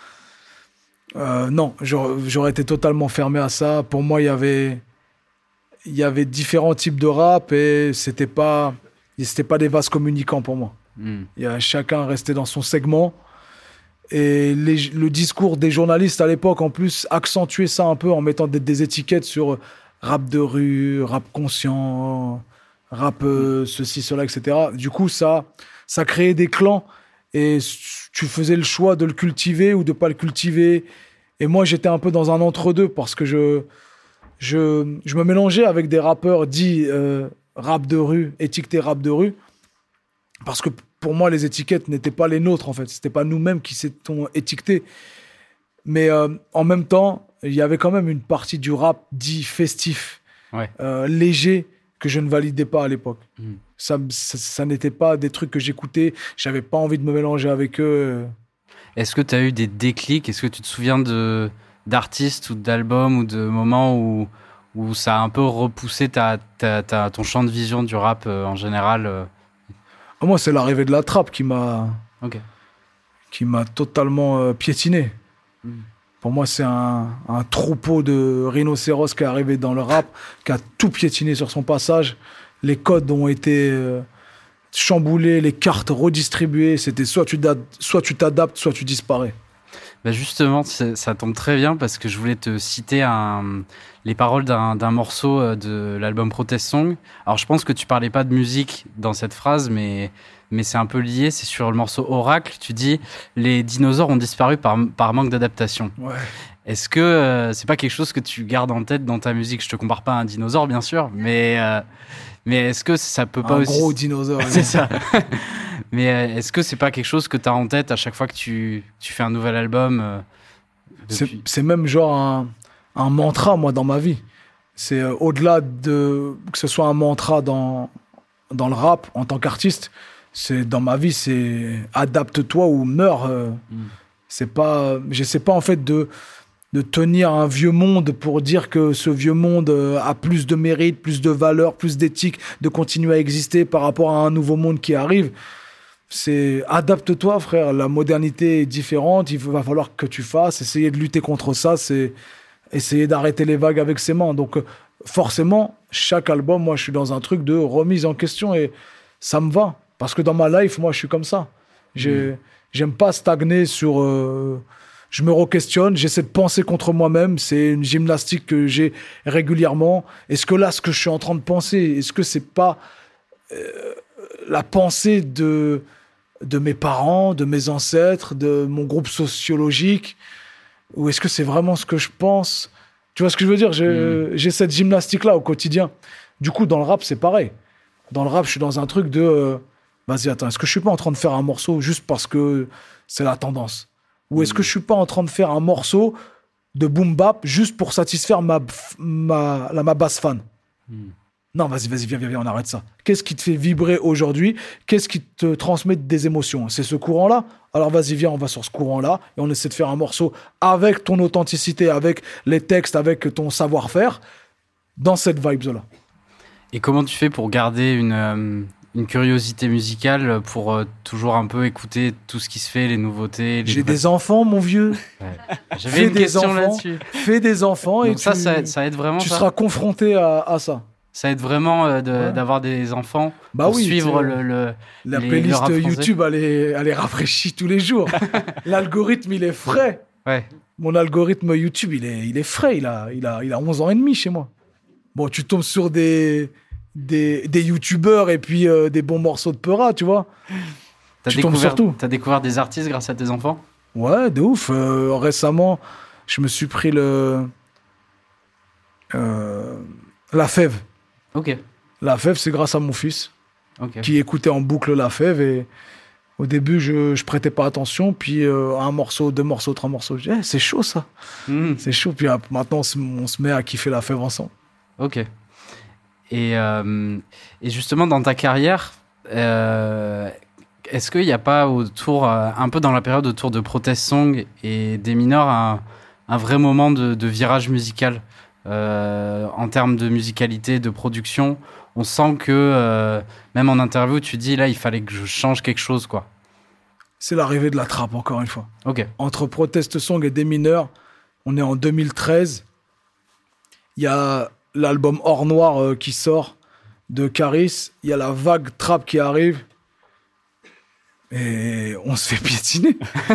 Non, j'aurais été totalement fermé à ça. Pour moi, il y avait différents types de rap et c'était pas des vases communicants pour moi. Chacun restait dans son segment. Et le discours des journalistes à l'époque, en plus, accentuait ça un peu en mettant des étiquettes sur rap de rue, rap conscient, rap ceci, cela, etc. Du coup, ça créait des clans et tu faisais le choix de le cultiver ou de pas le cultiver. Et moi, j'étais un peu dans un entre-deux parce que je me mélangeais avec des rappeurs dits rap de rue, étiquetés rap de rue, parce que pour moi, les étiquettes n'étaient pas les nôtres, en fait. C'était pas nous-mêmes qui s'étions étiquetés. Mais en même temps, il y avait quand même une partie du rap dit festif, léger, que je ne validais pas à l'époque. Ça n'était pas des trucs que j'écoutais. J'avais pas envie de me mélanger avec eux. Est-ce que tu as eu des déclics? Est-ce que tu te souviens d'artistes ou d'albums ou de moments où ça a un peu repoussé ton champ de vision du rap en général? Moi, c'est l'arrivée de la trappe qui m'a totalement piétiné. Pour moi, c'est un troupeau de rhinocéros qui est arrivé dans le rap, qui a tout piétiné sur son passage. Les codes ont été chamboulés, les cartes redistribuées. C'était soit tu t'adaptes, soit tu disparais. Bah justement, ça tombe très bien parce que je voulais te citer les paroles d'un morceau de l'album Protest Song. Alors, je pense que tu parlais pas de musique dans cette phrase, mais c'est un peu lié. C'est sur le morceau Oracle. Tu dis « Les dinosaures ont disparu par manque d'adaptation ». Ouais. Est-ce que c'est pas quelque chose que tu gardes en tête dans ta musique? Je te compare pas à un dinosaure, bien sûr, mais est-ce que ça peut pas aussi... Un gros dinosaure. C'est ça. Mais est-ce que c'est pas quelque chose que tu as en tête à chaque fois que tu fais un nouvel album C'est même genre un mantra, moi, dans ma vie. C'est au-delà de que ce soit un mantra dans le rap en tant qu'artiste, dans ma vie, c'est adapte-toi ou meurs. J'essaie pas en fait de tenir un vieux monde pour dire que ce vieux monde a plus de mérite, plus de valeur, plus d'éthique, de continuer à exister par rapport à un nouveau monde qui arrive. C'est adapte-toi, frère. La modernité est différente. Il va falloir que tu fasses. Essayer de lutter contre ça, c'est essayer d'arrêter les vagues avec ses mains. Donc, forcément, chaque album, moi, je suis dans un truc de remise en question et ça me va. Parce que dans ma life, moi, je suis comme ça. J'aime pas stagner sur... je me re-questionne, j'essaie de penser contre moi-même. C'est une gymnastique que j'ai régulièrement. Est-ce que là, ce que je suis en train de penser, est-ce que c'est pas la pensée de mes parents, de mes ancêtres, de mon groupe sociologique, ou est-ce que c'est vraiment ce que je pense? Tu vois ce que je veux dire? J'ai cette gymnastique-là au quotidien. Du coup, dans le rap, c'est pareil. Dans le rap, je suis dans un truc de... vas-y, attends, est-ce que je suis pas en train de faire un morceau juste parce que c'est la tendance? Ou est-ce que je suis pas en train de faire un morceau de boom bap juste pour satisfaire ma basse fan? Non, vas-y, viens, on arrête ça. Qu'est-ce qui te fait vibrer aujourd'hui? Qu'est-ce qui te transmet des émotions? C'est ce courant-là? Alors vas-y, viens, on va sur ce courant-là et on essaie de faire un morceau avec ton authenticité, avec les textes, avec ton savoir-faire, dans cette vibe-là. Et comment tu fais pour garder une curiosité musicale, pour toujours un peu écouter tout ce qui se fait, les nouveautés? J'ai des enfants, mon vieux. Ouais. J'avais une question là-dessus. Fais des enfants. Donc et ça aide vraiment. Tu seras confronté à ça. Ça aide vraiment d'avoir des enfants pour oui, suivre la playlist YouTube, elle est rafraîchie tous les jours. L'algorithme, il est frais. Ouais. Mon algorithme YouTube, il est frais. Il a 11 ans et demi chez moi. Bon, tu tombes sur des youtubeurs et puis des bons morceaux de Peura, tu vois. T'as découvert des artistes grâce à tes enfants? Ouais, de ouf. Récemment, je me suis pris La Fève. Ok. La Fève, c'est grâce à mon fils qui écoutait en boucle La Fève. Et au début, je prêtais pas attention. Puis un morceau, 2 morceaux, 3 morceaux. Je dis, c'est chaud ça. C'est chaud. Puis maintenant, on se met à kiffer La Fève ensemble. Ok. Et justement, dans ta carrière, est-ce qu'il n'y a pas autour, un peu dans la période autour de Protest Song et des mineurs, un vrai moment de virage musical en termes de musicalité, de production? On sent que, même en interview, tu dis, là, il fallait que je change quelque chose, quoi. C'est l'arrivée de la trappe, encore une fois. Ok. Entre Protest Song et des mineurs, on est en 2013. Il y a l'album Or Noir qui sort de Caris. Il y a la vague trap qui arrive. Et on se fait piétiner.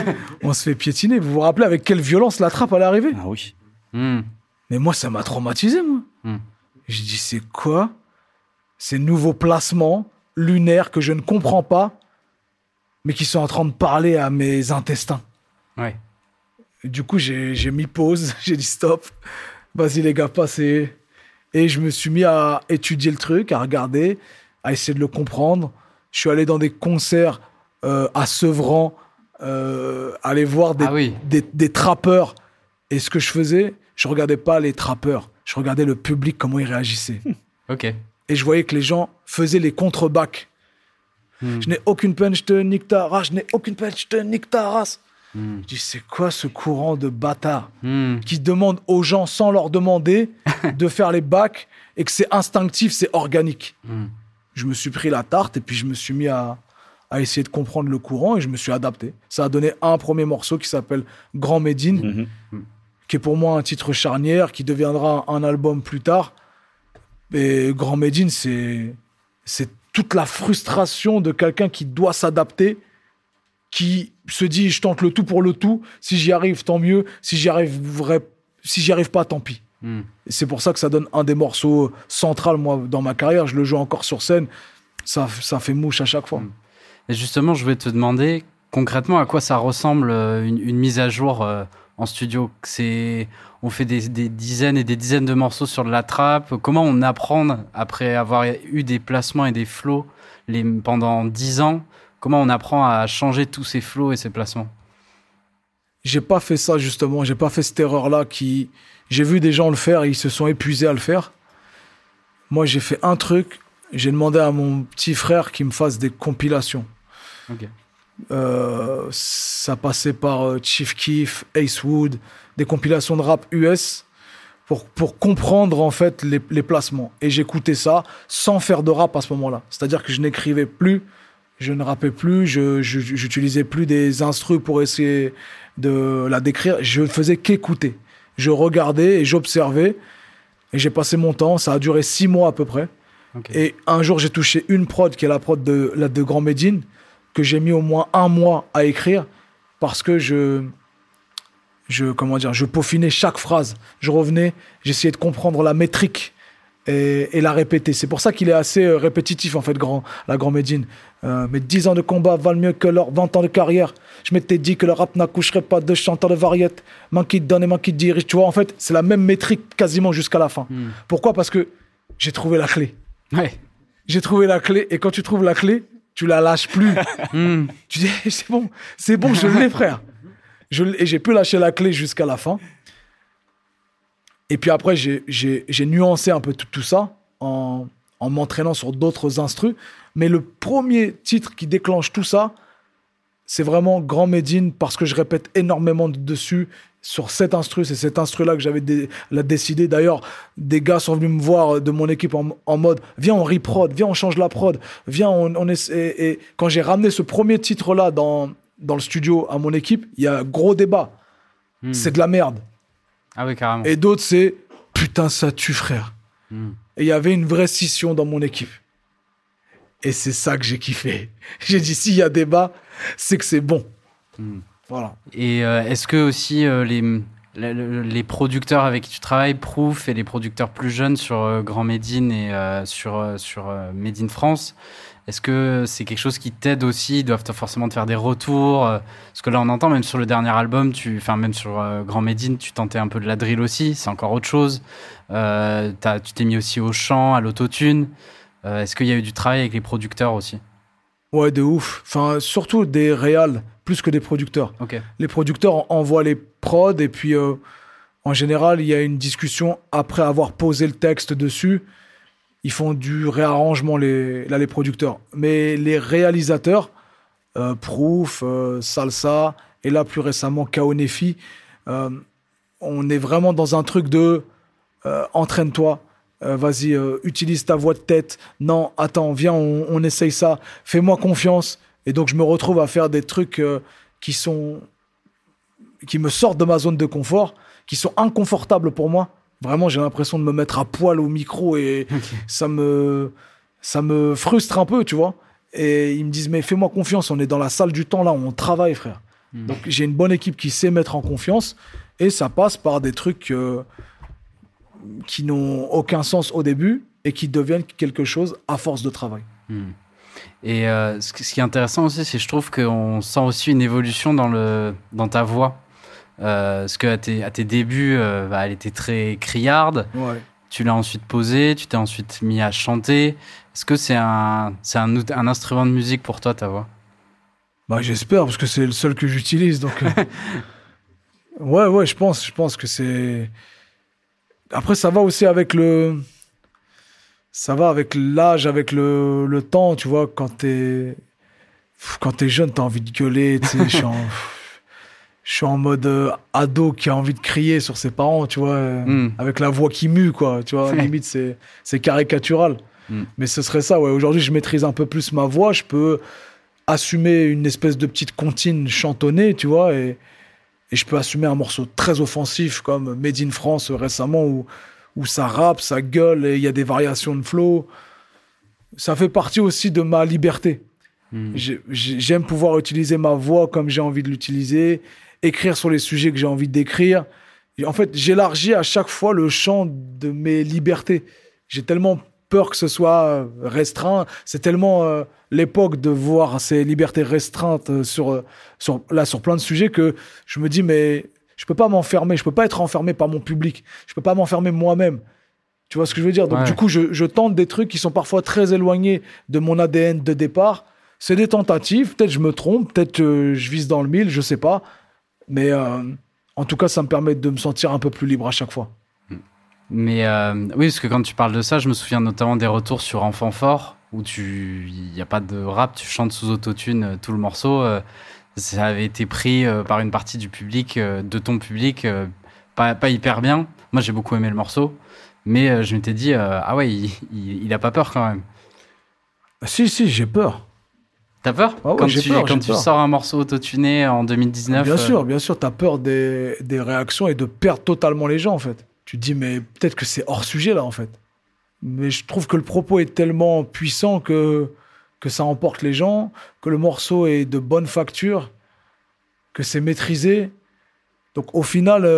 Vous vous rappelez avec quelle violence la trappe allait arriver? Ah oui. Mais moi, ça m'a traumatisé, moi. Je dis, c'est quoi ces nouveaux placements lunaires que je ne comprends pas, mais qui sont en train de parler à mes intestins? Ouais. Et du coup, j'ai mis pause. J'ai dit, stop. Vas-y, les gars, passez. Et je me suis mis à étudier le truc, à regarder, à essayer de le comprendre. Je suis allé dans des concerts à Sevran, aller voir des trappeurs. Et ce que je faisais, je regardais pas les trappeurs. Je regardais le public, comment il réagissait. Ok. Et je voyais que les gens faisaient les contre-bacs. Je n'ai aucune peine, je te nique ta race. Je n'ai aucune peine, je te nique ta race. Je dis, c'est quoi ce courant de bâtards qui demande aux gens, sans leur demander, de faire les bacs et que c'est instinctif, c'est organique. Je me suis pris la tarte et puis je me suis mis à essayer de comprendre le courant et je me suis adapté. Ça a donné un premier morceau qui s'appelle Grand Médine, qui est pour moi un titre charnière, qui deviendra un album plus tard. Et Grand Médine, c'est toute la frustration de quelqu'un qui doit s'adapter, qui se dit, je tente le tout pour le tout. Si j'y arrive, tant mieux. Si j'y arrive pas, tant pis. Et c'est pour ça que ça donne un des morceaux centrales, moi, dans ma carrière. Je le joue encore sur scène. Ça fait mouche à chaque fois. Et justement, je voulais te demander concrètement à quoi ça ressemble une mise à jour en studio. On fait des dizaines et des dizaines de morceaux sur de la trappe. Comment on apprend, après avoir eu des placements et des flows pendant 10 ans, comment on apprend à changer tous ces flows et ces placements? J'ai pas fait ça, justement. J'ai pas fait cette erreur-là. J'ai vu des gens le faire et ils se sont épuisés à le faire. Moi, j'ai fait un truc. J'ai demandé à mon petit frère qu'il me fasse des compilations. Ok. Ça passait par Chief Keef, Ace Wood, des compilations de rap US pour comprendre en fait les placements. Et j'écoutais ça sans faire de rap à ce moment-là. C'est-à-dire que je n'écrivais plus, je ne rappais plus, j'utilisais plus des instrus pour essayer de la décrire. Je faisais qu'écouter. Je regardais et j'observais. Et j'ai passé mon temps. Ça a duré 6 mois à peu près. Okay. Et un jour, j'ai touché une prod qui est la prod de Grand Médine, que j'ai mis au moins 1 mois à écrire parce que je peaufinais chaque phrase. Je revenais, j'essayais de comprendre la métrique et la répéter. C'est pour ça qu'il est assez répétitif, en fait, la Grand Médine. Mes 10 ans de combat valent mieux que leurs 20 ans de carrière. Je m'étais dit que le rap n'accoucherait pas de chanteurs de variété. Man qui te donne et man qui te dirige. Tu vois, en fait, c'est la même métrique quasiment jusqu'à la fin. Pourquoi ? Parce que j'ai trouvé la clé. Ouais. J'ai trouvé la clé, et quand tu trouves la clé, tu la lâches plus. Tu dis, c'est bon, je l'ai, frère. Et j'ai pu lâcher la clé jusqu'à la fin. Et puis après, j'ai nuancé un peu tout ça en en m'entraînant sur d'autres instrus. Mais le premier titre qui déclenche tout ça, c'est vraiment Grand Médine, parce que je répète énormément dessus sur cet instru. C'est cet instru-là que j'avais décidé. D'ailleurs, des gars sont venus me voir de mon équipe en mode « Viens, on reprod, viens, on change la prod, viens, on essaie. » Et quand j'ai ramené ce premier titre-là dans le studio à mon équipe, il y a un gros débat. C'est de la merde. Ah oui, carrément. Et d'autres, c'est « Putain, ça tue, frère. » Et il y avait une vraie scission dans mon équipe. Et c'est ça que j'ai kiffé. J'ai dit, s'il y a débat, c'est que c'est bon. Voilà. Et est-ce que aussi les producteurs avec qui tu travailles, Proof, et les producteurs plus jeunes sur Grand Médine et sur Made in France, est-ce que c'est quelque chose qui t'aide aussi? Ils doivent forcément te faire des retours, parce que là on entend, même sur le dernier album, même sur Grand Médine, tu tentais un peu de la drill aussi, c'est encore autre chose. Tu t'es mis aussi au chant, à l'autotune. Est-ce qu'il y a eu du travail avec les producteurs aussi? Ouais, de ouf. Enfin, surtout des réals, plus que des producteurs. Okay. Les producteurs envoient les prods et puis en général, il y a une discussion après avoir posé le texte dessus. Ils font du réarrangement, les producteurs. Mais les réalisateurs, Proof, Salsa, et là plus récemment Kaonefi, on est vraiment dans un truc de entraîne-toi. Vas-y, utilise ta voix de tête. Non, attends, viens, on essaye ça. Fais-moi confiance. Et donc, je me retrouve à faire des trucs qui me sortent de ma zone de confort, qui sont inconfortables pour moi. Vraiment, j'ai l'impression de me mettre à poil au micro et ça me frustre un peu, tu vois. Et ils me disent, mais fais-moi confiance, on est dans la salle du temps, là, où on travaille, frère. Donc, j'ai une bonne équipe qui sait mettre en confiance et ça passe par des trucs... qui n'ont aucun sens au début et qui deviennent quelque chose à force de travail. Et ce qui est intéressant aussi, c'est que je trouve qu'on sent aussi une évolution dans ta voix. Parce qu'à tes débuts, elle était très criarde. Ouais. Tu l'as ensuite posée, tu t'es ensuite mis à chanter. Est-ce que c'est un instrument de musique pour toi, ta voix? Bah, j'espère, parce que c'est le seul que j'utilise. Donc, ouais, je pense que c'est... Après, ça va aussi avec l'âge, avec le temps, tu vois. Quand t'es jeune, t'as envie de gueuler, tu sais. Je suis en mode ado qui a envie de crier sur ses parents, tu vois, avec la voix qui mue, quoi. Tu vois, limite, c'est caricatural. Mais ce serait ça, ouais. Aujourd'hui, je maîtrise un peu plus ma voix. Je peux assumer une espèce de petite comptine chantonnée, tu vois, et je peux assumer un morceau très offensif comme Made in France récemment où ça rappe, ça gueule et il y a des variations de flow. Ça fait partie aussi de ma liberté. J'aime pouvoir utiliser ma voix comme j'ai envie de l'utiliser, écrire sur les sujets que j'ai envie d'écrire. En fait, j'élargis à chaque fois le champ de mes libertés. J'ai tellement peur que ce soit restreint. C'est tellement l'époque de voir ces libertés restreintes sur plein de sujets que je me dis, mais je peux pas m'enfermer, je peux pas être enfermé par mon public, je peux pas m'enfermer moi-même. Tu vois ce que je veux dire? Donc du coup, je tente des trucs qui sont parfois très éloignés de mon ADN de départ. C'est des tentatives, peut-être je me trompe, peut-être je vise dans le mille, je sais pas. Mais en tout cas, ça me permet de me sentir un peu plus libre à chaque fois. Mais oui, parce que quand tu parles de ça, je me souviens notamment des retours sur Enfant Fort, où il n'y a pas de rap, tu chantes sous autotune tout le morceau. Ça avait été pris par une partie du public, de ton public, pas hyper bien. Moi, j'ai beaucoup aimé le morceau, mais je m'étais dit, ah ouais, il a pas peur quand même. Si, j'ai peur. T'as peur? Ah ouais, Quand tu sors un morceau autotuné en 2019? Bien sûr, t'as peur des réactions et de perdre totalement les gens, en fait. Tu te dis, mais peut-être que c'est hors sujet, là, en fait. Mais je trouve que le propos est tellement puissant que ça emporte les gens, que le morceau est de bonne facture, que c'est maîtrisé. Donc, au final,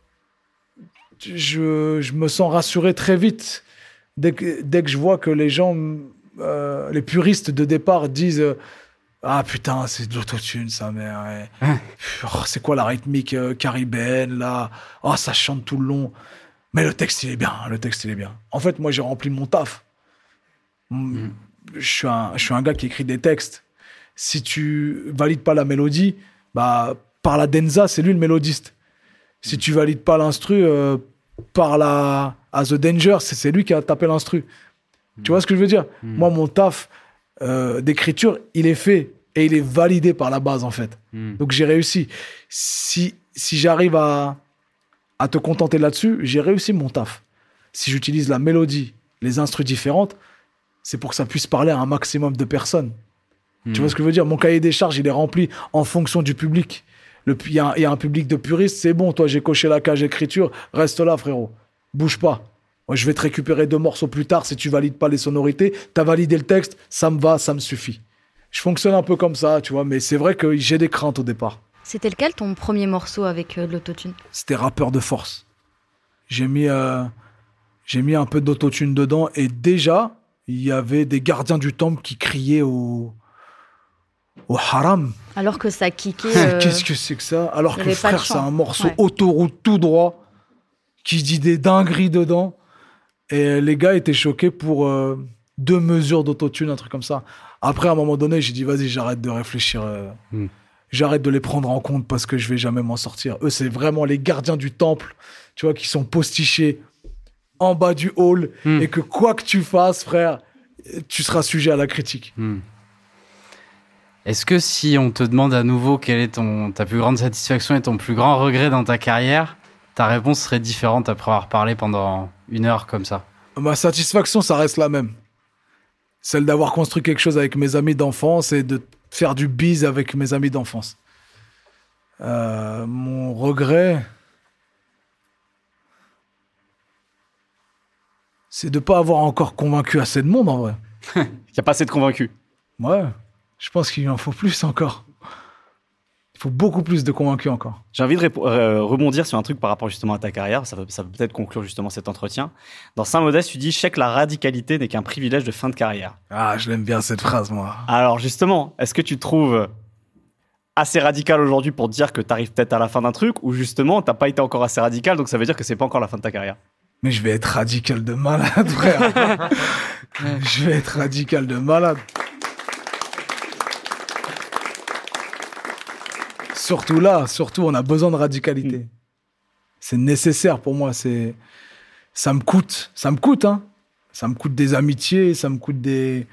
je me sens rassuré très vite. Dès que je vois que les gens, les puristes de départ disent... Ah putain, c'est de l'autotune, ça, mais ouais. Oh, c'est quoi la rythmique caribéenne, là? Oh, ça chante tout le long. Mais le texte, il est bien. En fait, moi, j'ai rempli mon taf. Je suis un gars qui écrit des textes. Si tu valides pas la mélodie, bah, par la Denza, c'est lui le mélodiste. Si tu valides pas l'instru, par la à The Danger, c'est lui qui a tapé l'instru. Tu vois ce que je veux dire? Moi, mon taf d'écriture, il est fait et il est validé par la base, en fait. Donc, j'ai réussi. Si j'arrive à te contenter là-dessus, j'ai réussi mon taf. Si j'utilise la mélodie, les instrus différentes, c'est pour que ça puisse parler à un maximum de personnes. Tu vois ce que je veux dire? Mon cahier des charges, il est rempli en fonction du public. Il y a un public de puristes, c'est bon, toi, j'ai coché la cage écriture, reste là, frérot. Bouge pas. Moi, je vais te récupérer 2 morceaux plus tard si tu valides pas les sonorités. T'as validé le texte, ça me va, ça me suffit. Je fonctionne un peu comme ça, tu vois, mais c'est vrai que j'ai des craintes au départ. C'était lequel ton premier morceau avec de l'autotune? C'était Rappeur de force. J'ai mis un peu d'autotune dedans et déjà, il y avait des gardiens du temple qui criaient au haram. Alors que ça kickait... Qu'est-ce que c'est que ça? Alors que frère, c'est un morceau Ouais. autoroute tout droit qui dit des dingueries dedans. Et les gars étaient choqués pour 2 mesures d'autotune, un truc comme ça. Après, à un moment donné, j'ai dit, vas-y, j'arrête de réfléchir. J'arrête de les prendre en compte parce que je vais jamais m'en sortir. Eux, c'est vraiment les gardiens du temple, tu vois, qui sont postichés en bas du hall et que quoi que tu fasses, frère, tu seras sujet à la critique. Est-ce que si on te demande à nouveau quelle est ta plus grande satisfaction et ton plus grand regret dans ta carrière, ta réponse serait différente après avoir parlé pendant 1 heure comme ça? Ma satisfaction, ça reste la même. Celle d'avoir construit quelque chose avec mes amis d'enfance et de faire du bise avec mes amis d'enfance. Mon regret, c'est de ne pas avoir encore convaincu assez de monde, en vrai. Il n'y a pas assez de convaincus. Ouais, je pense qu'il en faut plus encore. Il faut beaucoup plus de convaincus encore. J'ai envie de rebondir sur un truc par rapport justement à ta carrière. Ça peut peut-être conclure justement cet entretien. Dans Saint-Modeste, tu dis « Je sais que la radicalité n'est qu'un privilège de fin de carrière ». Ah, je l'aime bien cette phrase, moi. Alors justement, est-ce que tu te trouves assez radical aujourd'hui pour dire que tu arrives peut-être à la fin d'un truc, ou justement, tu n'as pas été encore assez radical, donc ça veut dire que c'est pas encore la fin de ta carrière? Mais je vais être radical de malade, frère. Je vais être radical de malade. Surtout là, on a besoin de radicalité. C'est nécessaire pour moi. Ça me coûte, hein. Ça me coûte des amitiés, ça me coûte des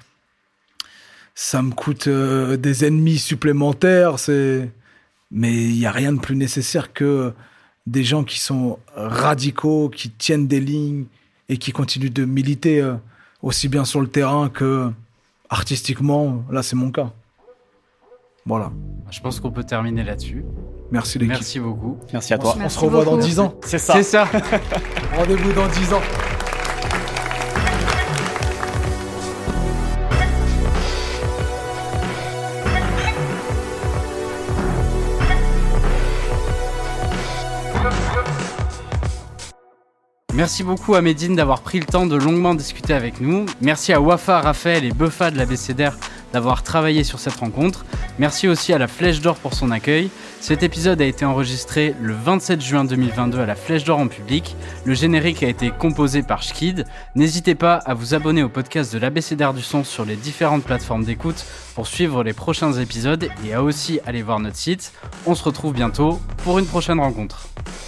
ennemis supplémentaires. Mais il y a rien de plus nécessaire que des gens qui sont radicaux, qui tiennent des lignes et qui continuent de militer aussi bien sur le terrain que artistiquement. Là, c'est mon cas. Voilà. Je pense qu'on peut terminer là-dessus. Merci l'équipe. Merci beaucoup. Merci à toi. On se revoit dans 10 ans. C'est ça. C'est ça. Rendez-vous dans 10 ans. Merci beaucoup à Medine d'avoir pris le temps de longuement discuter avec nous. Merci à Wafa, Raphaël et Buffa de l'Abécédaire d'avoir travaillé sur cette rencontre. Merci aussi à la Flèche d'Or pour son accueil. Cet épisode a été enregistré le 27 juin 2022 à la Flèche d'Or en public. Le générique a été composé par Schkid. N'hésitez pas à vous abonner au podcast de l'Abécédaire du son sur les différentes plateformes d'écoute pour suivre les prochains épisodes et à aussi aller voir notre site. On se retrouve bientôt pour une prochaine rencontre.